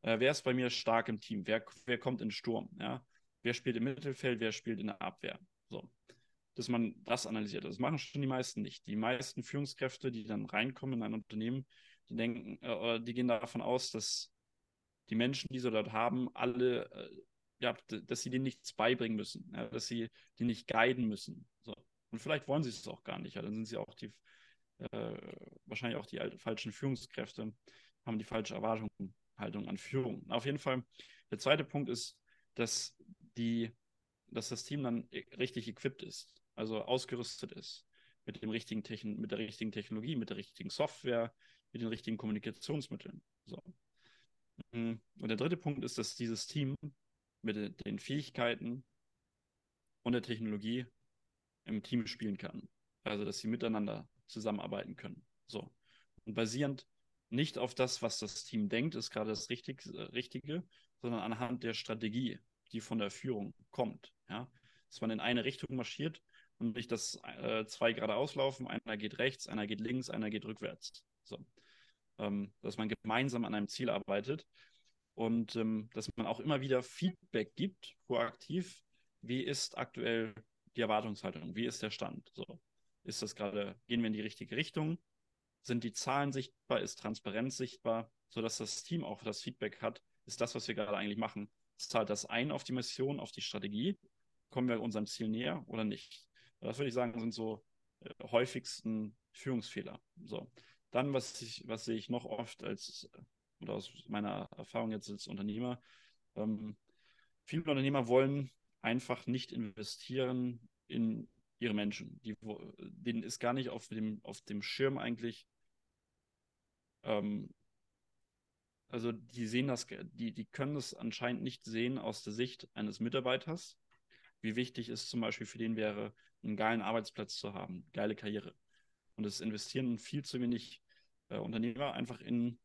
Wer ist bei mir stark im Team? Wer kommt in den Sturm? Ja? Wer spielt im Mittelfeld? Wer spielt in der Abwehr? So. Dass man das analysiert. Das machen schon die meisten nicht. Die meisten Führungskräfte, die dann reinkommen in ein Unternehmen, die denken, oder die gehen davon aus, dass die Menschen, die sie dort haben, alle, ja, dass sie denen nichts beibringen müssen, ja, dass sie die nicht guiden müssen. So. Und vielleicht wollen sie es auch gar nicht. Ja, dann sind sie auch äh, wahrscheinlich auch die falschen Führungskräfte, haben die falsche Erwartungshaltung an Führung. Auf jeden Fall, der zweite Punkt ist, dass, dass das Team dann richtig equipped ist, also ausgerüstet ist mit mit der richtigen Technologie, mit der richtigen Software, mit den richtigen Kommunikationsmitteln. So. Und der dritte Punkt ist, dass dieses Team mit den Fähigkeiten und der Technologie im Team spielen kann. Also, dass sie miteinander zusammenarbeiten können. So. Und basierend nicht auf das, was das Team denkt, ist gerade das Richtige, sondern anhand der Strategie, die von der Führung kommt. Ja? Dass man in eine Richtung marschiert und nicht, dass zwei geradeaus laufen, einer geht rechts, einer geht links, einer geht rückwärts. So. Dass man gemeinsam an einem Ziel arbeitet und dass man auch immer wieder Feedback gibt, proaktiv. Wie ist aktuell die Erwartungshaltung? Wie ist der Stand? So, ist das gerade, gehen wir in die richtige Richtung? Sind die Zahlen sichtbar? Ist Transparenz sichtbar? Sodass das Team auch das Feedback hat, ist das, was wir gerade eigentlich machen, zahlt das ein auf die Mission, auf die Strategie? Kommen wir unserem Ziel näher oder nicht? Das würde ich sagen, sind so häufigsten Führungsfehler. So. Dann, was sehe ich noch oft oder aus meiner Erfahrung jetzt als Unternehmer, viele Unternehmer wollen einfach nicht investieren in ihre Menschen. Denen ist gar nicht auf dem Schirm eigentlich, ähm, also die sehen die können das anscheinend nicht sehen aus der Sicht eines Mitarbeiters, wie wichtig es zum Beispiel für den wäre, einen geilen Arbeitsplatz zu haben, geile Karriere. Und es investieren viel zu wenig Unternehmer einfach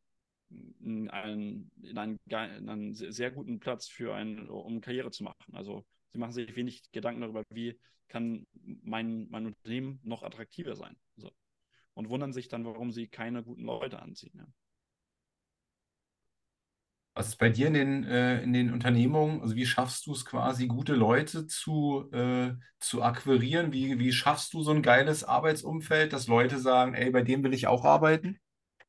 in einen sehr guten Platz um Karriere zu machen. Also sie machen sich wenig Gedanken darüber, wie kann mein Unternehmen noch attraktiver sein. So. Und wundern sich dann, warum sie keine guten Leute anziehen. Ja. Was ist bei dir in den Unternehmungen? Also wie schaffst du es quasi, gute Leute zu akquirieren? Wie schaffst du so ein geiles Arbeitsumfeld, dass Leute sagen, ey, bei dem will ich auch arbeiten?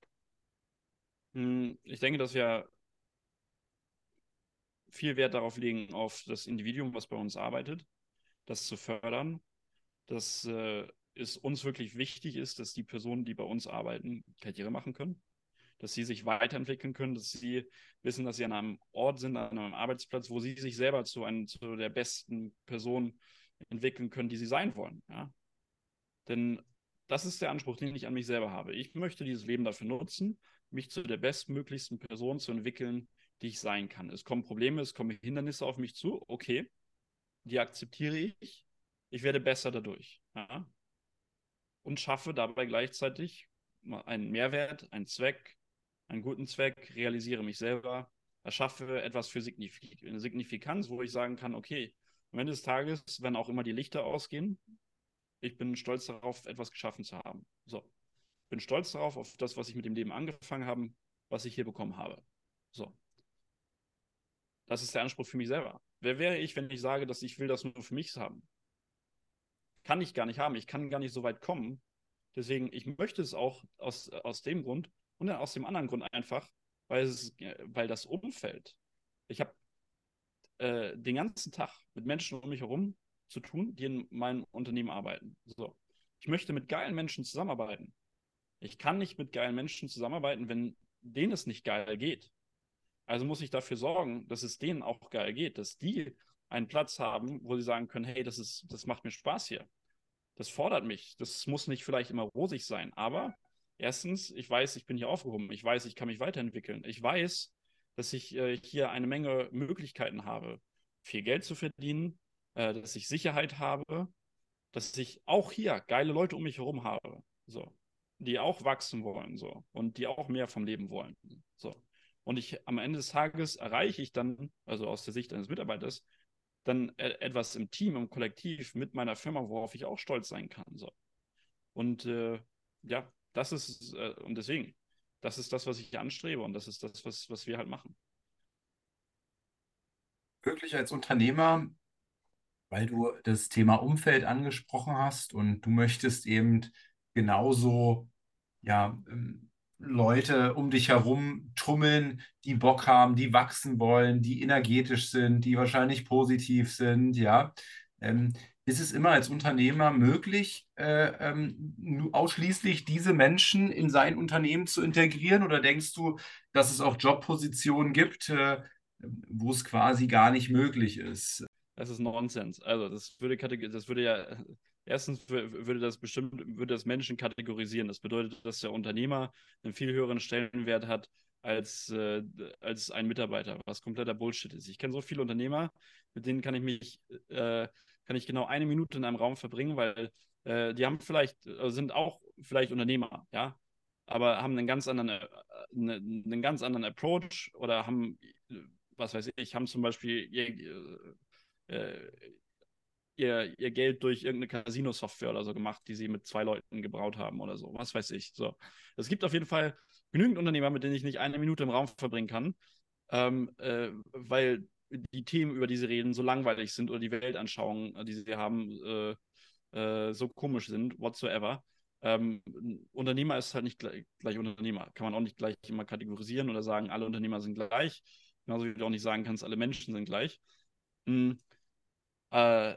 Ich denke, dass wir viel Wert darauf legen, auf das Individuum, was bei uns arbeitet, das zu fördern, dass es uns wirklich wichtig ist, dass die Personen, die bei uns arbeiten, Karriere machen können, dass sie sich weiterentwickeln können, dass sie wissen, dass sie an einem Ort sind, an einem Arbeitsplatz, wo sie sich selber zu der besten Person entwickeln können, die sie sein wollen. Ja? Denn das ist der Anspruch, den ich an mich selber habe. Ich möchte dieses Leben dafür nutzen, mich zu der bestmöglichsten Person zu entwickeln, die ich sein kann. Es kommen Probleme, es kommen Hindernisse auf mich zu. Okay, die akzeptiere ich. Ich werde besser dadurch. Ja? Und schaffe dabei gleichzeitig einen Mehrwert, einen Zweck, einen guten Zweck, realisiere mich selber, erschaffe etwas für Signifikanz, wo ich sagen kann, okay, am Ende des Tages, wenn auch immer die Lichter ausgehen, ich bin stolz darauf, etwas geschaffen zu haben. So, bin stolz darauf, auf das, was ich mit dem Leben angefangen habe, was ich hier bekommen habe. So, das ist der Anspruch für mich selber. Wer wäre ich, wenn ich sage, dass ich will das nur für mich haben? Kann ich gar nicht haben. Ich kann gar nicht so weit kommen. Deswegen, ich möchte es auch aus dem Grund und dann aus dem anderen Grund einfach, weil das Umfeld, ich habe den ganzen Tag mit Menschen um mich herum zu tun, die in meinem Unternehmen arbeiten. So. Ich möchte mit geilen Menschen zusammenarbeiten. Ich kann nicht mit geilen Menschen zusammenarbeiten, wenn denen es nicht geil geht. Also muss ich dafür sorgen, dass es denen auch geil geht, dass die einen Platz haben, wo sie sagen können, hey, das macht mir Spaß hier. Das fordert mich. Das muss nicht vielleicht immer rosig sein, aber erstens, ich weiß, ich bin hier aufgehoben. Ich weiß, ich kann mich weiterentwickeln. Ich weiß, dass ich hier eine Menge Möglichkeiten habe, viel Geld zu verdienen, dass ich Sicherheit habe, dass ich auch hier geile Leute um mich herum habe, so, die auch wachsen wollen, so, und die auch mehr vom Leben wollen, so. Und am Ende des Tages erreiche ich dann, also aus der Sicht eines Mitarbeiters, dann etwas im Team, im Kollektiv mit meiner Firma, worauf ich auch stolz sein kann, so. Und ja, und deswegen, das ist das, was ich anstrebe und das ist das, was wir halt machen. wirklich als Unternehmer, weil du das Thema Umfeld angesprochen hast und du möchtest eben genauso ja, Leute um dich herum tummeln, die Bock haben, die wachsen wollen, die energetisch sind, die wahrscheinlich positiv sind, ja. Ist es immer als Unternehmer möglich, nur ausschließlich diese Menschen in sein Unternehmen zu integrieren? Oder denkst du, dass es auch Jobpositionen gibt, wo es quasi gar nicht möglich ist? Das ist Nonsens. Also, das würde ja, erstens würde das bestimmt, würde das Menschen kategorisieren. Das bedeutet, dass der Unternehmer einen viel höheren Stellenwert hat als ein Mitarbeiter, was kompletter Bullshit ist. Ich kenne so viele Unternehmer, mit denen kann ich genau eine Minute in einem Raum verbringen, weil die haben sind auch vielleicht Unternehmer, ja, aber haben einen ganz anderen Approach oder haben, was weiß ich, haben zum Beispiel äh, ihr Geld durch irgendeine Casino-Software oder so gemacht, die sie mit zwei Leuten gebraut haben oder so. Was weiß ich. So. Es gibt auf jeden Fall genügend Unternehmer, mit denen ich nicht eine Minute im Raum verbringen kann, weil die Themen, über die sie reden, so langweilig sind oder die Weltanschauungen, die sie haben, so komisch sind, whatsoever. Unternehmer ist halt nicht gleich Unternehmer. Kann man auch nicht gleich immer kategorisieren oder sagen, alle Unternehmer sind gleich. Genauso wie du auch nicht sagen kannst, alle Menschen sind gleich. Mhm. Äh,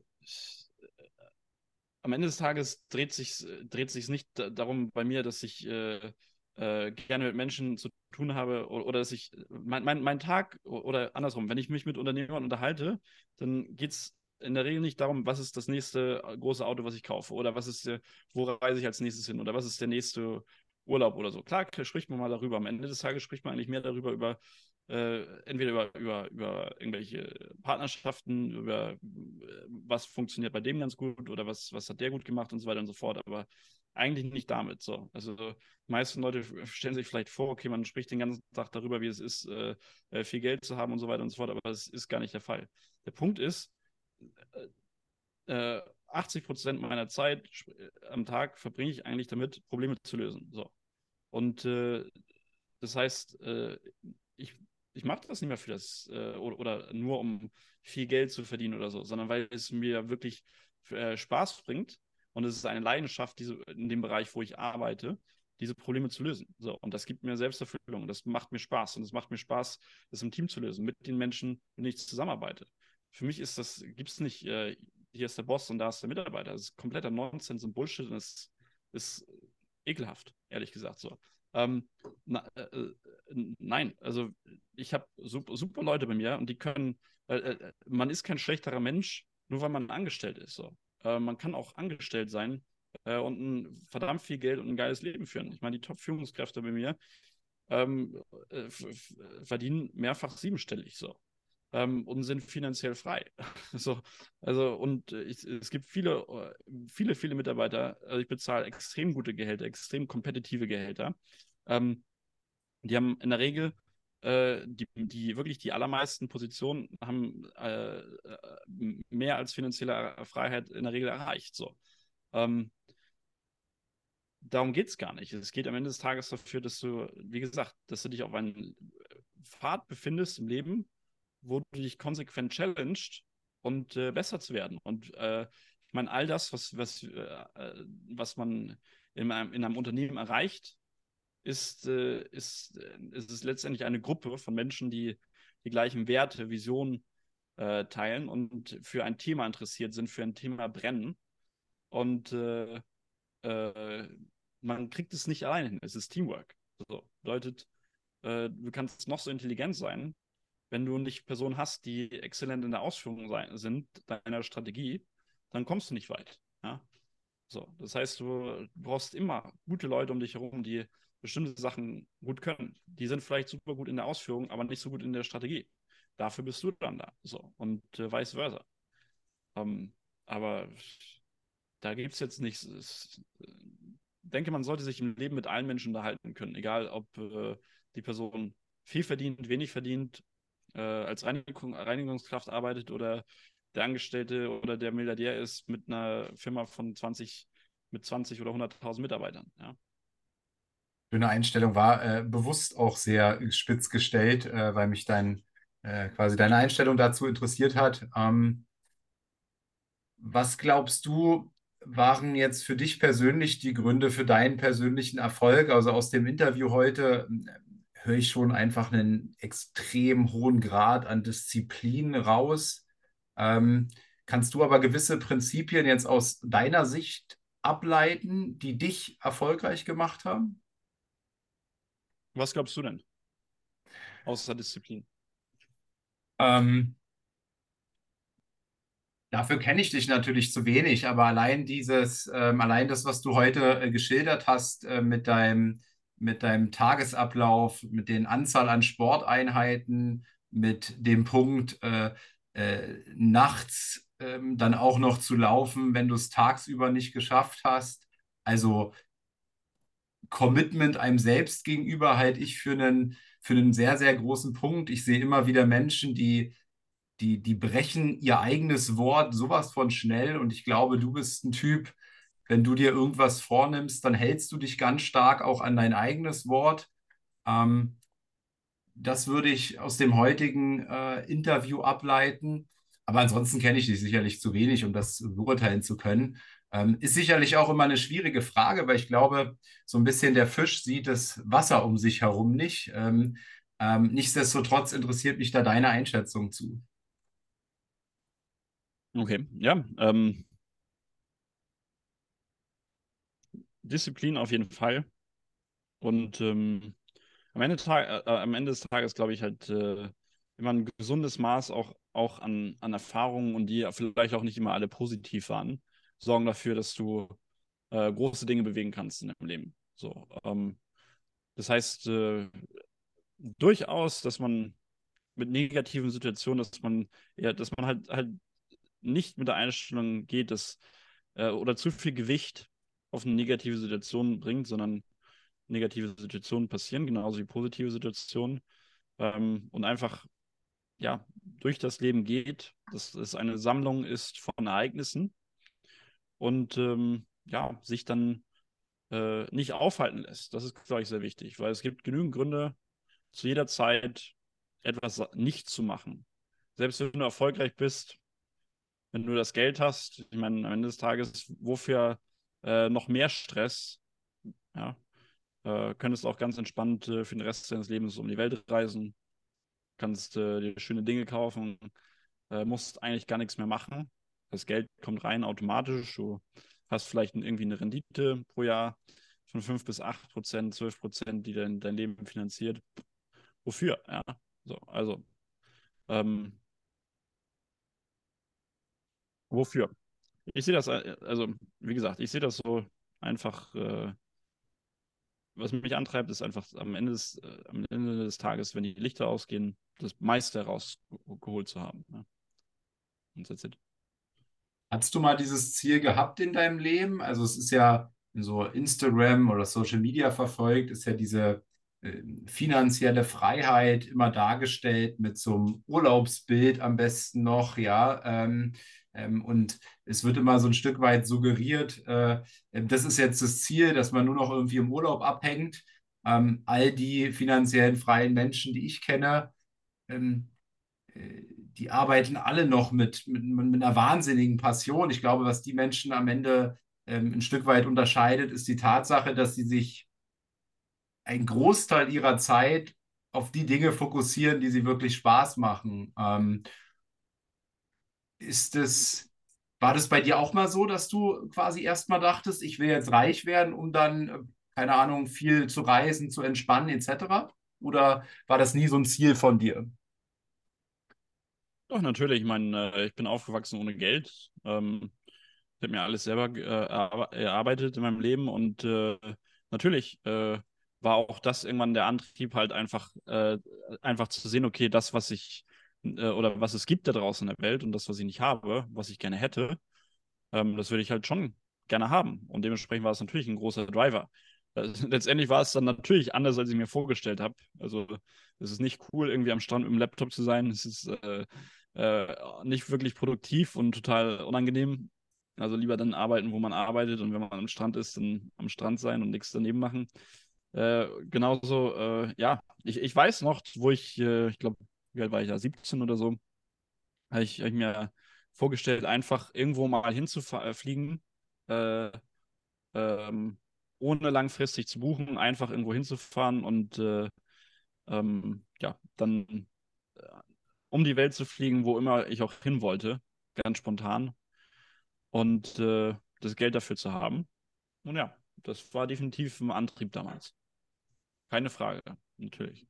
Am Ende des Tages dreht sich nicht darum bei mir, dass ich gerne mit Menschen zu tun habe oder dass ich mein Tag oder andersrum, wenn ich mich mit Unternehmern unterhalte, dann geht es in der Regel nicht darum, was ist das nächste große Auto, was ich kaufe oder wo reise ich als nächstes hin oder was ist der nächste Urlaub oder so. Klar, spricht man mal darüber. Am Ende des Tages spricht man eigentlich mehr darüber, entweder über irgendwelche Partnerschaften, über was funktioniert bei dem ganz gut oder was hat der gut gemacht und so weiter und so fort, aber eigentlich nicht damit so. Also die meisten Leute stellen sich vielleicht vor, okay, man spricht den ganzen Tag darüber, wie es ist, viel Geld zu haben und so weiter und so fort, aber das ist gar nicht der Fall. Der Punkt ist, 80% meiner Zeit am Tag verbringe ich eigentlich damit, Probleme zu lösen. So. Und das heißt, ich, ich mache das nicht mehr für oder nur um viel Geld zu verdienen oder so, sondern weil es mir wirklich Spaß bringt und es ist eine Leidenschaft, in dem Bereich, wo ich arbeite, diese Probleme zu lösen. So, und das gibt mir Selbsterfüllung, das macht mir Spaß und es macht mir Spaß, das im Team zu lösen, mit den Menschen, mit denen ich zusammenarbeite. Für mich gibt es nicht, hier ist der Boss und da ist der Mitarbeiter. Das ist kompletter Nonsens und Bullshit und es ist ekelhaft, ehrlich gesagt so. Ähm, nein, also ich habe super Leute bei mir und die können, man ist kein schlechterer Mensch, nur weil man angestellt ist. So. Man kann auch angestellt sein und verdammt viel Geld und ein geiles Leben führen. Ich meine, die Top-Führungskräfte bei mir verdienen mehrfach siebenstellig so und sind finanziell frei. So, also, und es gibt viele Mitarbeiter, also ich bezahle extrem gute Gehälter, extrem kompetitive Gehälter. Ähm, Die haben in der Regel, wirklich die allermeisten Positionen haben mehr als finanzielle Freiheit in der Regel erreicht. So. Ähm, Darum geht es gar nicht. Es geht am Ende des Tages dafür, dass du, wie gesagt, dass du dich auf einen Pfad befindest im Leben, wo du dich konsequent challenged und besser zu werden. Und ich meine, all das, was man in einem Unternehmen erreicht, ist es letztendlich eine Gruppe von Menschen, die die gleichen Werte, Visionen teilen und für ein Thema interessiert sind, für ein Thema brennen. Und äh, man kriegt es nicht alleine hin. Es ist Teamwork. So, bedeutet, du kannst noch so intelligent sein, wenn du nicht Personen hast, die exzellent in der Ausführung sind, deiner Strategie, dann kommst du nicht weit. Ja? So, das heißt, du brauchst immer gute Leute um dich herum, die bestimmte Sachen gut können. Die sind vielleicht super gut in der Ausführung, aber nicht so gut in der Strategie. Dafür bist du dann da. So, und vice versa. Aber da gibt es jetzt nichts. Ich denke, man sollte sich im Leben mit allen Menschen unterhalten können, egal ob die Person viel verdient, wenig verdient, als Reinigungskraft arbeitet oder der Angestellte oder der Milliardär ist mit einer Firma mit 20 oder 100.000 Mitarbeitern. Ja. Schöne Einstellung war bewusst auch sehr spitz gestellt, weil mich dein quasi deine Einstellung dazu interessiert hat. Was glaubst du, waren jetzt für dich persönlich die Gründe für deinen persönlichen Erfolg? Also aus dem Interview heute höre ich schon einfach einen extrem hohen Grad an Disziplin raus. Ähm, Kannst du aber gewisse Prinzipien jetzt aus deiner Sicht ableiten, die dich erfolgreich gemacht haben? Was glaubst du denn? Außer Disziplin. Ähm, Dafür kenne ich dich natürlich zu wenig, aber allein das, was du heute geschildert hast, mit deinem Tagesablauf, mit den Anzahl an Sporteinheiten, mit dem Punkt, nachts dann auch noch zu laufen, wenn du es tagsüber nicht geschafft hast. Also Commitment einem selbst gegenüber halte ich für einen sehr, sehr großen Punkt. Ich sehe immer wieder Menschen, die brechen ihr eigenes Wort sowas von schnell. Und ich glaube, du bist ein Typ, wenn du dir irgendwas vornimmst, dann hältst du dich ganz stark auch an dein eigenes Wort. Ähm, Das würde ich aus dem heutigen Interview ableiten. Aber ansonsten kenne ich dich sicherlich zu wenig, um das beurteilen zu können. Ist sicherlich auch immer eine schwierige Frage, weil ich glaube, so ein bisschen der Fisch sieht das Wasser um sich herum nicht. Nichtsdestotrotz interessiert mich da deine Einschätzung zu. Okay, ja. Disziplin auf jeden Fall. Und am Ende des Tages glaube ich halt immer ein gesundes Maß auch an Erfahrungen und die vielleicht auch nicht immer alle positiv waren, sorgen dafür, dass du große Dinge bewegen kannst in deinem Leben. So, das heißt durchaus, dass man mit negativen Situationen, dass man halt nicht mit der Einstellung geht, dass oder zu viel Gewicht auf eine negative Situation bringt, sondern negative Situationen passieren, genauso wie positive Situationen. Und einfach ja durch das Leben geht, dass es eine Sammlung ist von Ereignissen und ja, sich dann nicht aufhalten lässt. Das ist, glaube ich, sehr wichtig, weil es gibt genügend Gründe, zu jeder Zeit etwas nicht zu machen. Selbst wenn du erfolgreich bist, wenn du das Geld hast, ich meine, am Ende des Tages, wofür noch mehr Stress? Ja, könntest auch ganz entspannt für den Rest deines Lebens um die Welt reisen, kannst dir schöne Dinge kaufen, musst eigentlich gar nichts mehr machen. Das Geld kommt rein automatisch. Du hast vielleicht irgendwie eine Rendite pro Jahr von 5 bis 8%, 12%, die dein Leben finanziert. Wofür? Ja, so, also, ähm, wofür? Ich sehe das, also, wie gesagt, ich sehe das so einfach, was mich antreibt, ist einfach am Ende des Tages, wenn die Lichter ausgehen, das meiste herausgeholt zu haben. Ja. Und that's it. Hattest du mal dieses Ziel gehabt in deinem Leben? Also es ist ja so Instagram oder Social Media verfolgt, ist ja diese finanzielle Freiheit immer dargestellt mit so einem Urlaubsbild am besten noch, ja. Und es wird immer so ein Stück weit suggeriert, das ist jetzt das Ziel, dass man nur noch irgendwie im Urlaub abhängt. All die finanziellen freien Menschen, die ich kenne, ähm, die arbeiten alle noch mit einer wahnsinnigen Passion. Ich glaube, was die Menschen am Ende ein Stück weit unterscheidet, ist die Tatsache, dass sie sich einen Großteil ihrer Zeit auf die Dinge fokussieren, die sie wirklich Spaß machen. Ist es, war das bei dir auch mal so, dass du quasi erstmal dachtest, ich will jetzt reich werden, um dann, keine Ahnung, viel zu reisen, zu entspannen, etc.? Oder war das nie so ein Ziel von dir? Doch, natürlich. Ich meine, ich bin aufgewachsen ohne Geld. Ich habe mir alles selber erarbeitet in meinem Leben und natürlich war auch das irgendwann der Antrieb, halt einfach zu sehen, okay, das, was ich oder was es gibt da draußen in der Welt und das, was ich nicht habe, was ich gerne hätte, das würde ich halt schon gerne haben. Und dementsprechend war es natürlich ein großer Driver. Letztendlich war es dann natürlich anders, als ich mir vorgestellt habe. Also es ist nicht cool, irgendwie am Strand mit dem Laptop zu sein. Es ist nicht wirklich produktiv und total unangenehm. Also lieber dann arbeiten, wo man arbeitet und wenn man am Strand ist, dann am Strand sein und nichts daneben machen. Genauso, ja, ich weiß noch, ich glaube, wie alt war ich da, 17 oder so, hab ich mir vorgestellt, einfach irgendwo mal hinzufliegen, äh, ähm, ohne langfristig zu buchen, einfach irgendwo hinzufahren und ja, dann äh, um die Welt zu fliegen, wo immer ich auch hin wollte, ganz spontan und das Geld dafür zu haben. Und ja, das war definitiv ein Antrieb damals. Keine Frage, natürlich.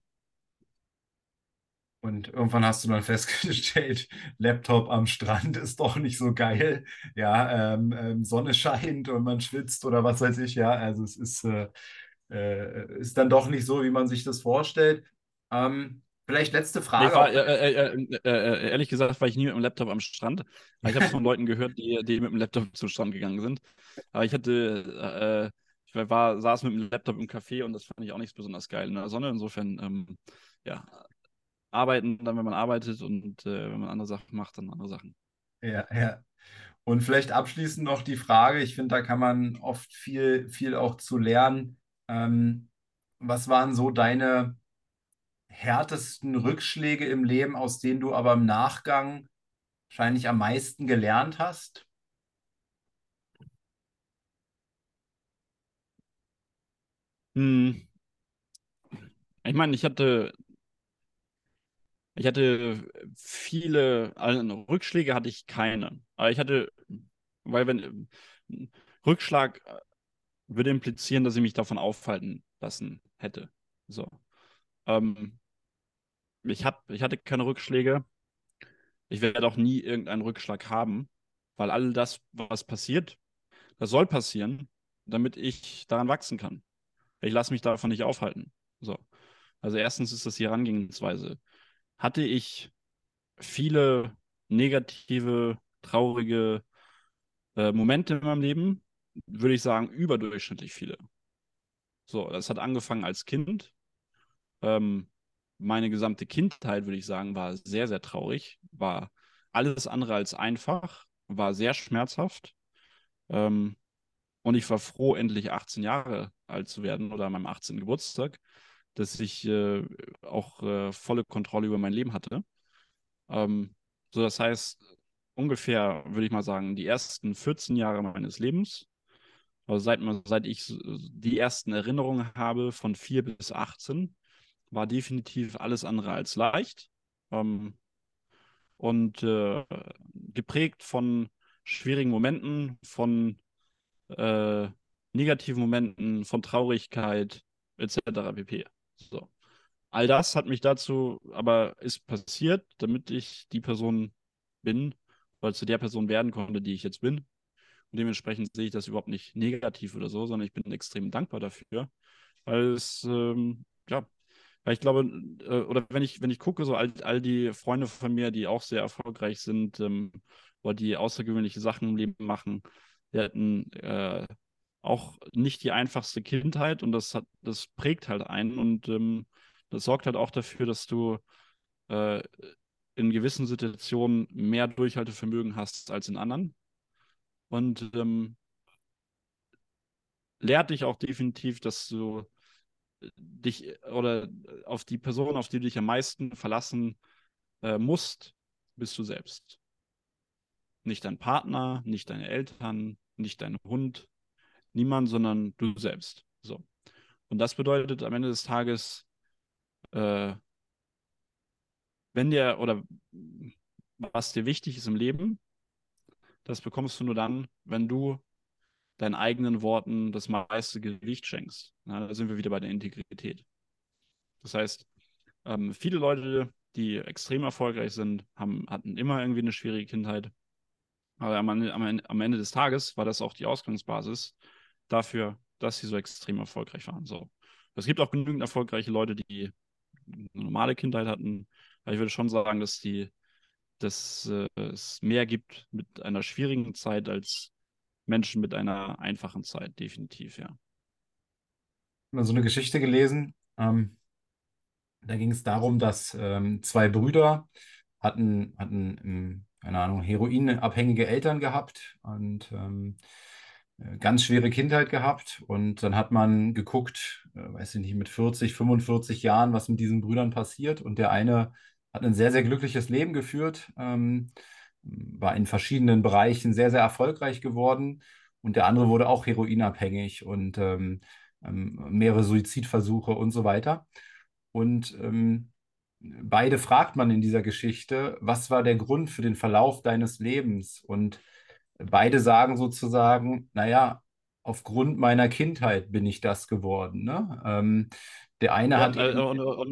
Und irgendwann hast du dann festgestellt, Laptop am Strand ist doch nicht so geil. Ja, Sonne scheint und man schwitzt oder was weiß ich. Ja, also es ist dann doch nicht so, wie man sich das vorstellt. Vielleicht letzte Nee, ich Frage war, auch. ehrlich gesagt, war ich nie mit dem Laptop am Strand. Aber ich habe von Leuten gehört, die mit dem Laptop zum Strand gegangen sind. Aber saß mit dem Laptop im Café und das fand ich auch nicht besonders geil in der Sonne. Insofern, ja, arbeiten dann, wenn man arbeitet und wenn man andere Sachen macht, dann andere Sachen. Ja, ja. Und vielleicht abschließend noch die Frage, ich finde, da kann man oft viel auch zu lernen. Was waren so deine härtesten Rückschläge im Leben, aus denen du aber im Nachgang wahrscheinlich am meisten gelernt hast? Hm, ich meine, ich hatte also Rückschläge hatte ich keine. Aber weil wenn Rückschlag würde implizieren, dass ich mich davon aufhalten lassen hätte. So. Ähm, ich hatte keine Rückschläge. Ich werde auch nie irgendeinen Rückschlag haben, weil all das, was passiert, das soll passieren, damit ich daran wachsen kann. Ich lasse mich davon nicht aufhalten. So. Also erstens ist das die Herangehensweise. Hatte ich viele negative, traurige Momente in meinem Leben, würde ich sagen, überdurchschnittlich viele. So, das hat angefangen als Kind. Ähm, Meine gesamte Kindheit, würde ich sagen, war sehr, sehr traurig, war alles andere als einfach, war sehr schmerzhaft. Ähm, und ich war froh, endlich 18 Jahre alt zu werden oder an meinem 18. Geburtstag, dass ich auch volle Kontrolle über mein Leben hatte. So, das heißt, ungefähr, würde ich mal sagen, die ersten 14 Jahre meines Lebens, also seit ich die ersten Erinnerungen habe, von 4 bis 18, war definitiv alles andere als leicht. Ähm, und geprägt von schwierigen Momenten, von äh, negativen Momenten, von Traurigkeit, etc. pp. So. All das hat mich dazu, aber ist passiert, damit ich die Person bin, oder zu der Person werden konnte, die ich jetzt bin. Und dementsprechend sehe ich das überhaupt nicht negativ oder so, sondern ich bin extrem dankbar dafür, weil ja, weil ich glaube, oder wenn ich gucke, so all die Freunde von mir, die auch sehr erfolgreich sind, oder die außergewöhnliche Sachen im Leben machen, die hatten auch nicht die einfachste Kindheit und das prägt halt einen und das sorgt halt auch dafür, dass du äh, in gewissen Situationen mehr Durchhaltevermögen hast als in anderen und lehrt dich auch definitiv, dass du dich oder auf die Person, auf die du dich am meisten verlassen musst, bist du selbst. Nicht dein Partner, nicht deine Eltern, nicht dein Hund, niemand, sondern du selbst. So. Und das bedeutet am Ende des Tages, äh, wenn dir oder was dir wichtig ist im Leben, das bekommst du nur dann, wenn du deinen eigenen Worten das meiste Gewicht schenkst. Na, da sind wir wieder bei der Integrität. Das heißt, viele Leute, die extrem erfolgreich sind, hatten immer irgendwie eine schwierige Kindheit. Aber am Ende des Tages war das auch die Ausgangsbasis dafür, dass sie so extrem erfolgreich waren. So. Es gibt auch genügend erfolgreiche Leute, die eine normale Kindheit hatten. Aber ich würde schon sagen, dass es mehr gibt mit einer schwierigen Zeit als Menschen mit einer einfachen Zeit, definitiv, ja. Mal so eine Geschichte gelesen. Da ging es darum, dass zwei Brüder hatten keine Ahnung, heroinabhängige Eltern gehabt und ganz schwere Kindheit gehabt. Und dann hat man geguckt, weiß ich nicht, mit 40, 45 Jahren, was mit diesen Brüdern passiert. Und der eine hat ein sehr, sehr glückliches Leben geführt, war in verschiedenen Bereichen sehr, sehr erfolgreich geworden. Und der andere wurde auch heroinabhängig und mehrere Suizidversuche und so weiter. Und beide fragt man in dieser Geschichte, was war der Grund für den Verlauf deines Lebens? Und beide sagen sozusagen, naja, aufgrund meiner Kindheit bin ich das geworden. Ne? Der eine Ja, hat eben,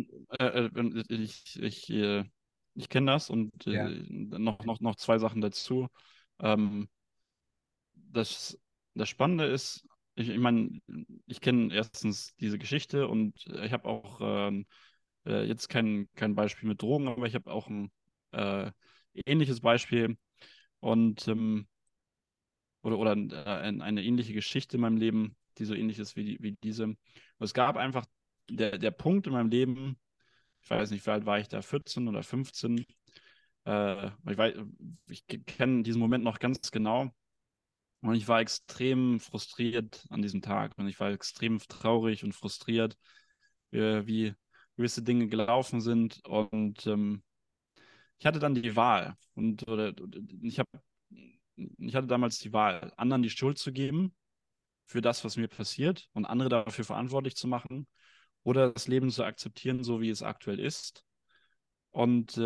ich kenne das und ja, noch zwei Sachen dazu. Ähm, das, das Spannende ist, ich meine, ich kenne erstens diese Geschichte und ich habe auch jetzt kein Beispiel mit Drogen, aber ich habe auch ein äh, ähnliches Beispiel und oder eine ähnliche Geschichte in meinem Leben, die so ähnlich ist wie diese. Und es gab einfach der Punkt in meinem Leben, ich weiß nicht, wie alt war ich da, 14 oder 15. Ich weiß, ich kenne diesen Moment noch ganz genau. Und ich war extrem frustriert an diesem Tag. Und ich war extrem traurig und frustriert, wie gewisse Dinge gelaufen sind. Und ich hatte dann die Wahl. Oder ich hatte damals die Wahl, anderen die Schuld zu geben für das, was mir passiert und andere dafür verantwortlich zu machen. Oder das Leben zu akzeptieren, so wie es aktuell ist. Und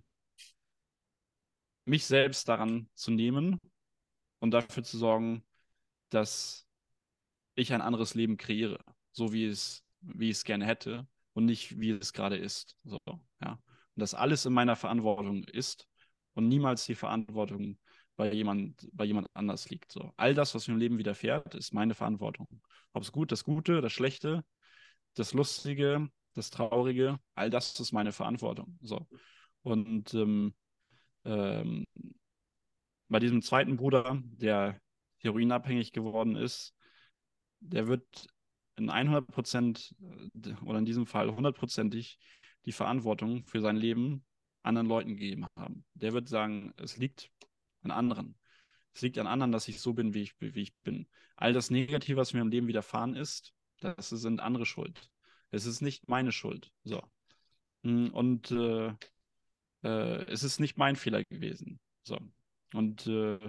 mich selbst daran zu nehmen und dafür zu sorgen, dass ich ein anderes Leben kreiere, so wie ich es gerne hätte und nicht wie es gerade ist. So, ja. Und dass alles in meiner Verantwortung ist und niemals die Verantwortung bei jemand anders liegt. So. All das, was mir im Leben widerfährt, ist meine Verantwortung. Ob es gut, das Gute, das Schlechte, das Lustige, das Traurige, all das ist meine Verantwortung. So. Und ähm, bei diesem zweiten Bruder, der heroinabhängig geworden ist, der wird in 100% oder in diesem Fall 100%ig die Verantwortung für sein Leben anderen Leuten gegeben haben. Der wird sagen, es liegt an anderen. Es liegt an anderen, dass ich so bin, wie ich bin. All das Negative, was mir im Leben widerfahren ist, das sind andere Schuld. Es ist nicht meine Schuld. So. Und es ist nicht mein Fehler gewesen. So. Und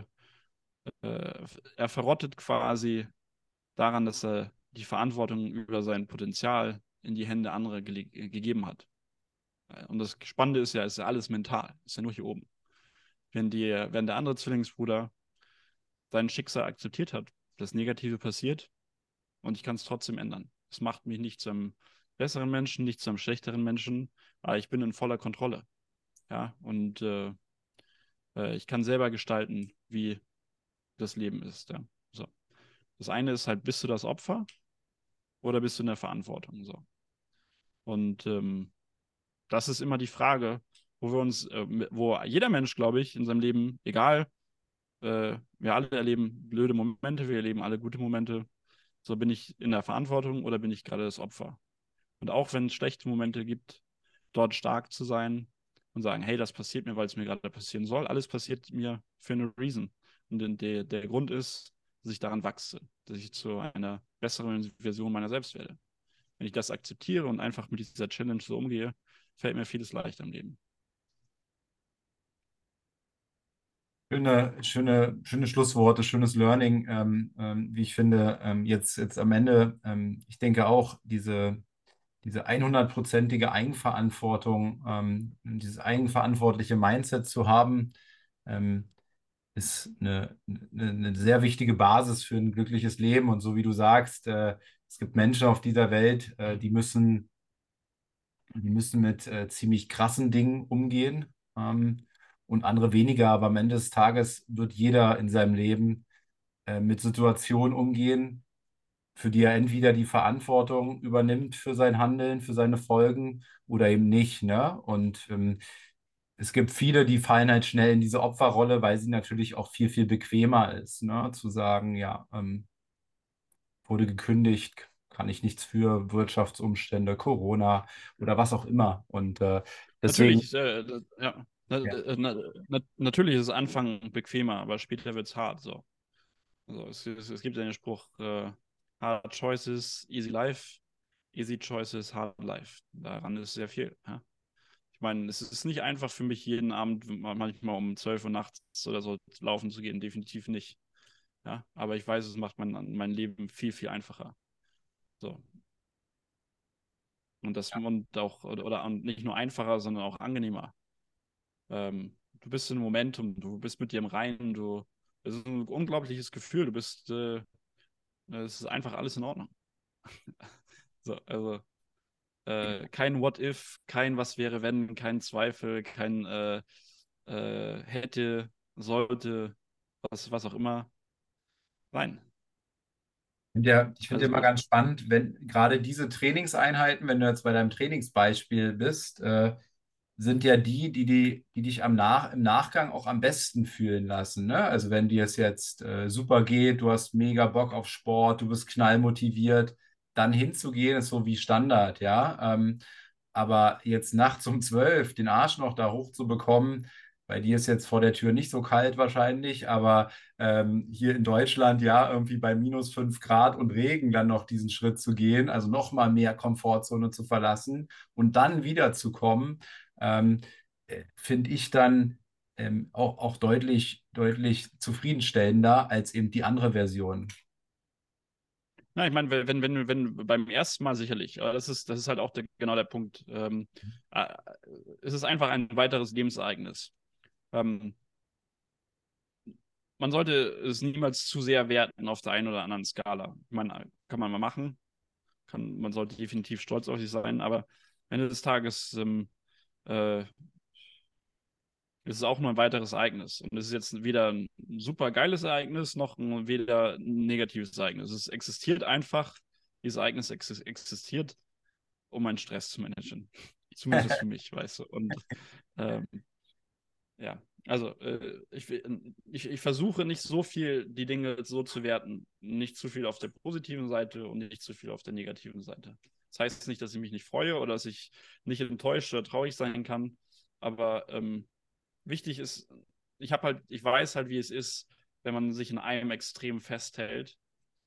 er verrottet quasi daran, dass er die Verantwortung über sein Potenzial in die Hände anderer gegeben hat. Und das Spannende ist ja, ist ja alles mental, ist ja nur hier oben. Wenn der andere Zwillingsbruder sein Schicksal akzeptiert hat, das Negative passiert und ich kann es trotzdem ändern. Es macht mich nicht zu einem besseren Menschen, nicht zu einem schlechteren Menschen, aber ich bin in voller Kontrolle. Ja, und ich kann selber gestalten, wie das Leben ist. Ja. So. Das eine ist halt, bist du das Opfer oder bist du in der Verantwortung? So. Und das ist immer die Frage, wo jeder Mensch, glaube ich, in seinem Leben, egal, wir alle erleben blöde Momente, wir erleben alle gute Momente. So, bin ich in der Verantwortung oder bin ich gerade das Opfer? Und auch wenn es schlechte Momente gibt, dort stark zu sein und sagen, hey, das passiert mir, weil es mir gerade passieren soll. Alles passiert mir für eine Reason. Und der Grund ist, dass ich daran wachse, dass ich zu einer besseren Version meiner selbst werde. Wenn ich das akzeptiere und einfach mit dieser Challenge so umgehe, fällt mir vieles leichter im Leben. schöne Schlussworte, schönes Learning, wie ich finde, jetzt am Ende. Ich denke auch, diese 100%ige Eigenverantwortung, dieses eigenverantwortliche Mindset zu haben, ähm, ist eine sehr wichtige Basis für ein glückliches Leben. Und so wie du sagst, es gibt Menschen auf dieser Welt, die müssen mit ziemlich krassen Dingen umgehen, und andere weniger. Aber am Ende des Tages wird jeder in seinem Leben mit Situationen umgehen, für die er entweder die Verantwortung übernimmt für sein Handeln, für seine Folgen oder eben nicht, ne? Und es gibt viele, die fallen halt schnell in diese Opferrolle, weil sie natürlich auch viel, viel bequemer ist, ne? Zu sagen, ja, wurde gekündigt, kann ich nichts für, Wirtschaftsumstände, Corona oder was auch immer. Und deswegen, Natürlich, ja, ja, natürlich ist es Anfang bequemer, aber später wird es hart. So. Also es gibt ja den Spruch, hard choices, easy life, easy choices, hard life. Daran ist sehr viel. Ja? Ich meine, es ist nicht einfach für mich, jeden Abend manchmal um 12 Uhr nachts oder so laufen zu gehen, definitiv nicht. Ja, aber ich weiß, es macht mein Leben viel, viel einfacher. So. Und auch, oder nicht nur einfacher, sondern auch angenehmer. Du bist im Momentum, du bist mit dir im Reinen, es ist ein unglaubliches Gefühl, es ist einfach alles in Ordnung. So, also kein What if, kein Was wäre wenn, kein Zweifel, kein hätte, sollte, was auch immer. Nein. Ich finde ja Also immer ganz spannend, wenn gerade diese Trainingseinheiten, wenn du jetzt bei deinem Trainingsbeispiel bist, sind ja die dich im Nachgang auch am besten fühlen lassen. Ne? Also wenn dir es jetzt super geht, du hast mega Bock auf Sport, du bist knallmotiviert, dann hinzugehen, ist so wie Standard, ja. Aber jetzt nachts um 12 den Arsch noch da hoch zu bekommen, bei dir ist jetzt vor der Tür nicht so kalt wahrscheinlich, aber hier in Deutschland ja irgendwie bei -5 Grad und Regen dann noch diesen Schritt zu gehen, also noch mal mehr Komfortzone zu verlassen und dann wiederzukommen, ähm, finde ich dann auch deutlich zufriedenstellender als eben die andere Version. na, ich meine, wenn beim ersten Mal sicherlich, aber das ist halt auch genau der Punkt. Äh, Es ist einfach ein weiteres Lebensereignis. Ähm, Man sollte es niemals zu sehr werten auf der einen oder anderen Skala. Ich meine, kann man mal machen, man sollte definitiv stolz auf sich sein, aber am Ende des Tages äh, ist es auch nur ein weiteres Ereignis. Und es ist jetzt weder ein super geiles Ereignis noch weder ein negatives Ereignis. Es existiert einfach, dieses Ereignis existiert, um meinen Stress zu managen. Zumindest für mich, weißt du. Und ähm, ja, also ich versuche nicht so viel die Dinge so zu werten. Nicht zu viel auf der positiven Seite und nicht zu viel auf der negativen Seite. Das heißt nicht, dass ich mich nicht freue oder dass ich nicht enttäuscht oder traurig sein kann. Aber wichtig ist, ich weiß halt, wie es ist, wenn man sich in einem Extrem festhält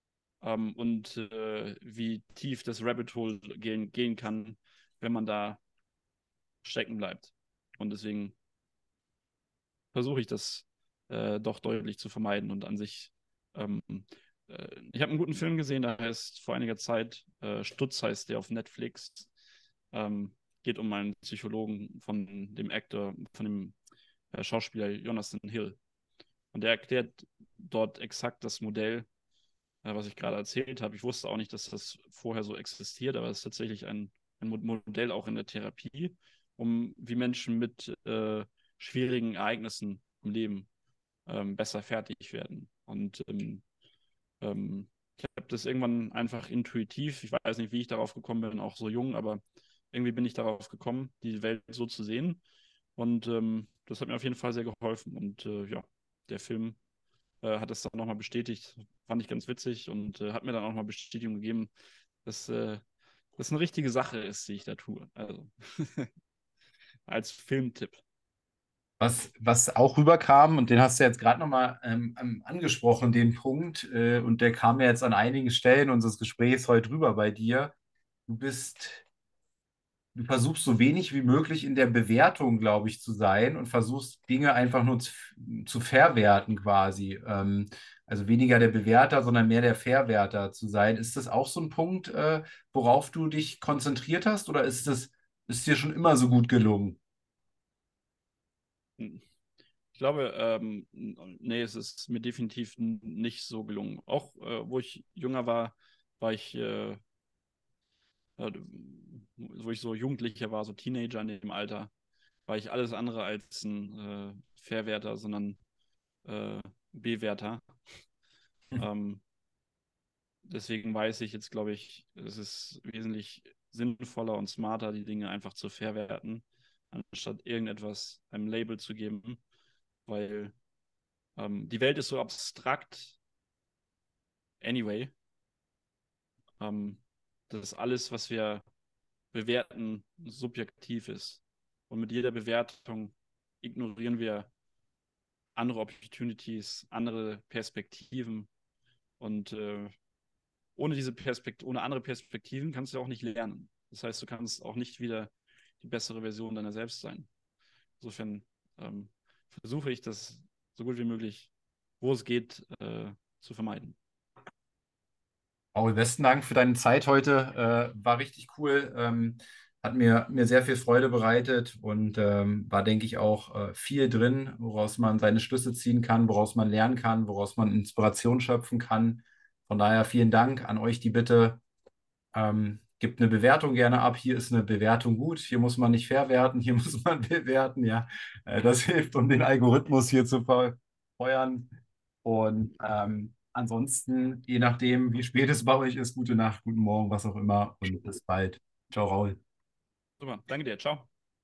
und wie tief das Rabbit Hole gehen kann, wenn man da stecken bleibt. Und deswegen versuche ich das doch deutlich zu vermeiden und an sich. Ähm, Ich habe einen guten Film gesehen, der heißt vor einiger Zeit, Stutz heißt der auf Netflix. Geht um einen Psychologen von dem Actor, von dem Schauspieler Jonathan Hill. Und der erklärt dort exakt das Modell, was ich gerade erzählt habe. Ich wusste auch nicht, dass das vorher so existiert, aber es ist tatsächlich ein Modell auch in der Therapie, um wie Menschen mit schwierigen Ereignissen im Leben besser fertig werden. Und ich habe das irgendwann einfach intuitiv, ich weiß nicht, wie ich darauf gekommen bin, auch so jung, aber irgendwie bin ich darauf gekommen, die Welt so zu sehen. Und das hat mir auf jeden Fall sehr geholfen. Und ja, der Film hat es dann nochmal bestätigt. Fand ich ganz witzig und hat mir dann auch mal Bestätigung gegeben, dass das eine richtige Sache ist, die ich da tue. Also als Filmtipp. Was auch rüberkam, und den hast du jetzt gerade nochmal angesprochen, den Punkt, und der kam ja jetzt an einigen Stellen unseres Gesprächs heute rüber bei dir. Du bist Du versuchst so wenig wie möglich in der Bewertung, glaube ich, zu sein und versuchst Dinge einfach nur zu verwerten quasi. Also weniger der Bewerter, sondern mehr der Verwerter zu sein. Ist das auch so ein Punkt, worauf du dich konzentriert hast, oder ist dir schon immer so gut gelungen? Ich glaube, nee, es ist mir definitiv nicht so gelungen. Auch wo ich jünger war, war ich, wo ich so Jugendlicher war, so Teenager in dem Alter, war ich alles andere als ein Verwerter, sondern äh, Bewerter. Ähm, Deswegen weiß ich jetzt, glaube ich, es ist wesentlich sinnvoller und smarter, die Dinge einfach zu verwerten, anstatt irgendetwas einem Label zu geben, weil die Welt ist so abstrakt, anyway, ähm, dass alles, was wir bewerten, subjektiv ist. Und mit jeder Bewertung ignorieren wir andere Opportunities, andere Perspektiven und ohne andere Perspektiven kannst du auch nicht lernen. Das heißt, du kannst auch nicht wieder die bessere Version deiner selbst sein. Insofern versuche ich das so gut wie möglich, wo es geht, zu vermeiden. Paul, besten Dank für deine Zeit heute. War richtig cool. Hat mir sehr viel Freude bereitet und war, denke ich, auch viel drin, woraus man seine Schlüsse ziehen kann, woraus man lernen kann, woraus man Inspiration schöpfen kann. Von daher vielen Dank an euch, die Bitte. Gebt eine Bewertung gerne ab. Hier ist eine Bewertung gut. Hier muss man nicht verwerten, hier muss man bewerten. Ja, das hilft, um den Algorithmus hier zu verfeuern. Und ansonsten, je nachdem, wie spät es bei euch ist, gute Nacht, guten Morgen, was auch immer. Und bis bald. Ciao, Raul. Super, danke dir. Ciao.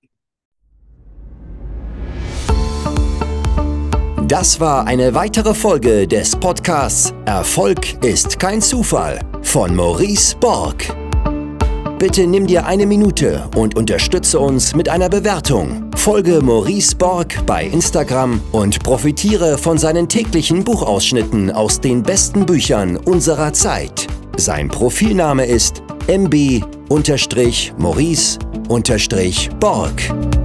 Das war eine weitere Folge des Podcasts Erfolg ist kein Zufall von Maurice Borg. Bitte nimm dir eine Minute und unterstütze uns mit einer Bewertung. Folge Maurice Borg bei Instagram und profitiere von seinen täglichen Buchausschnitten aus den besten Büchern unserer Zeit. Sein Profilname ist mb_maurice_borg.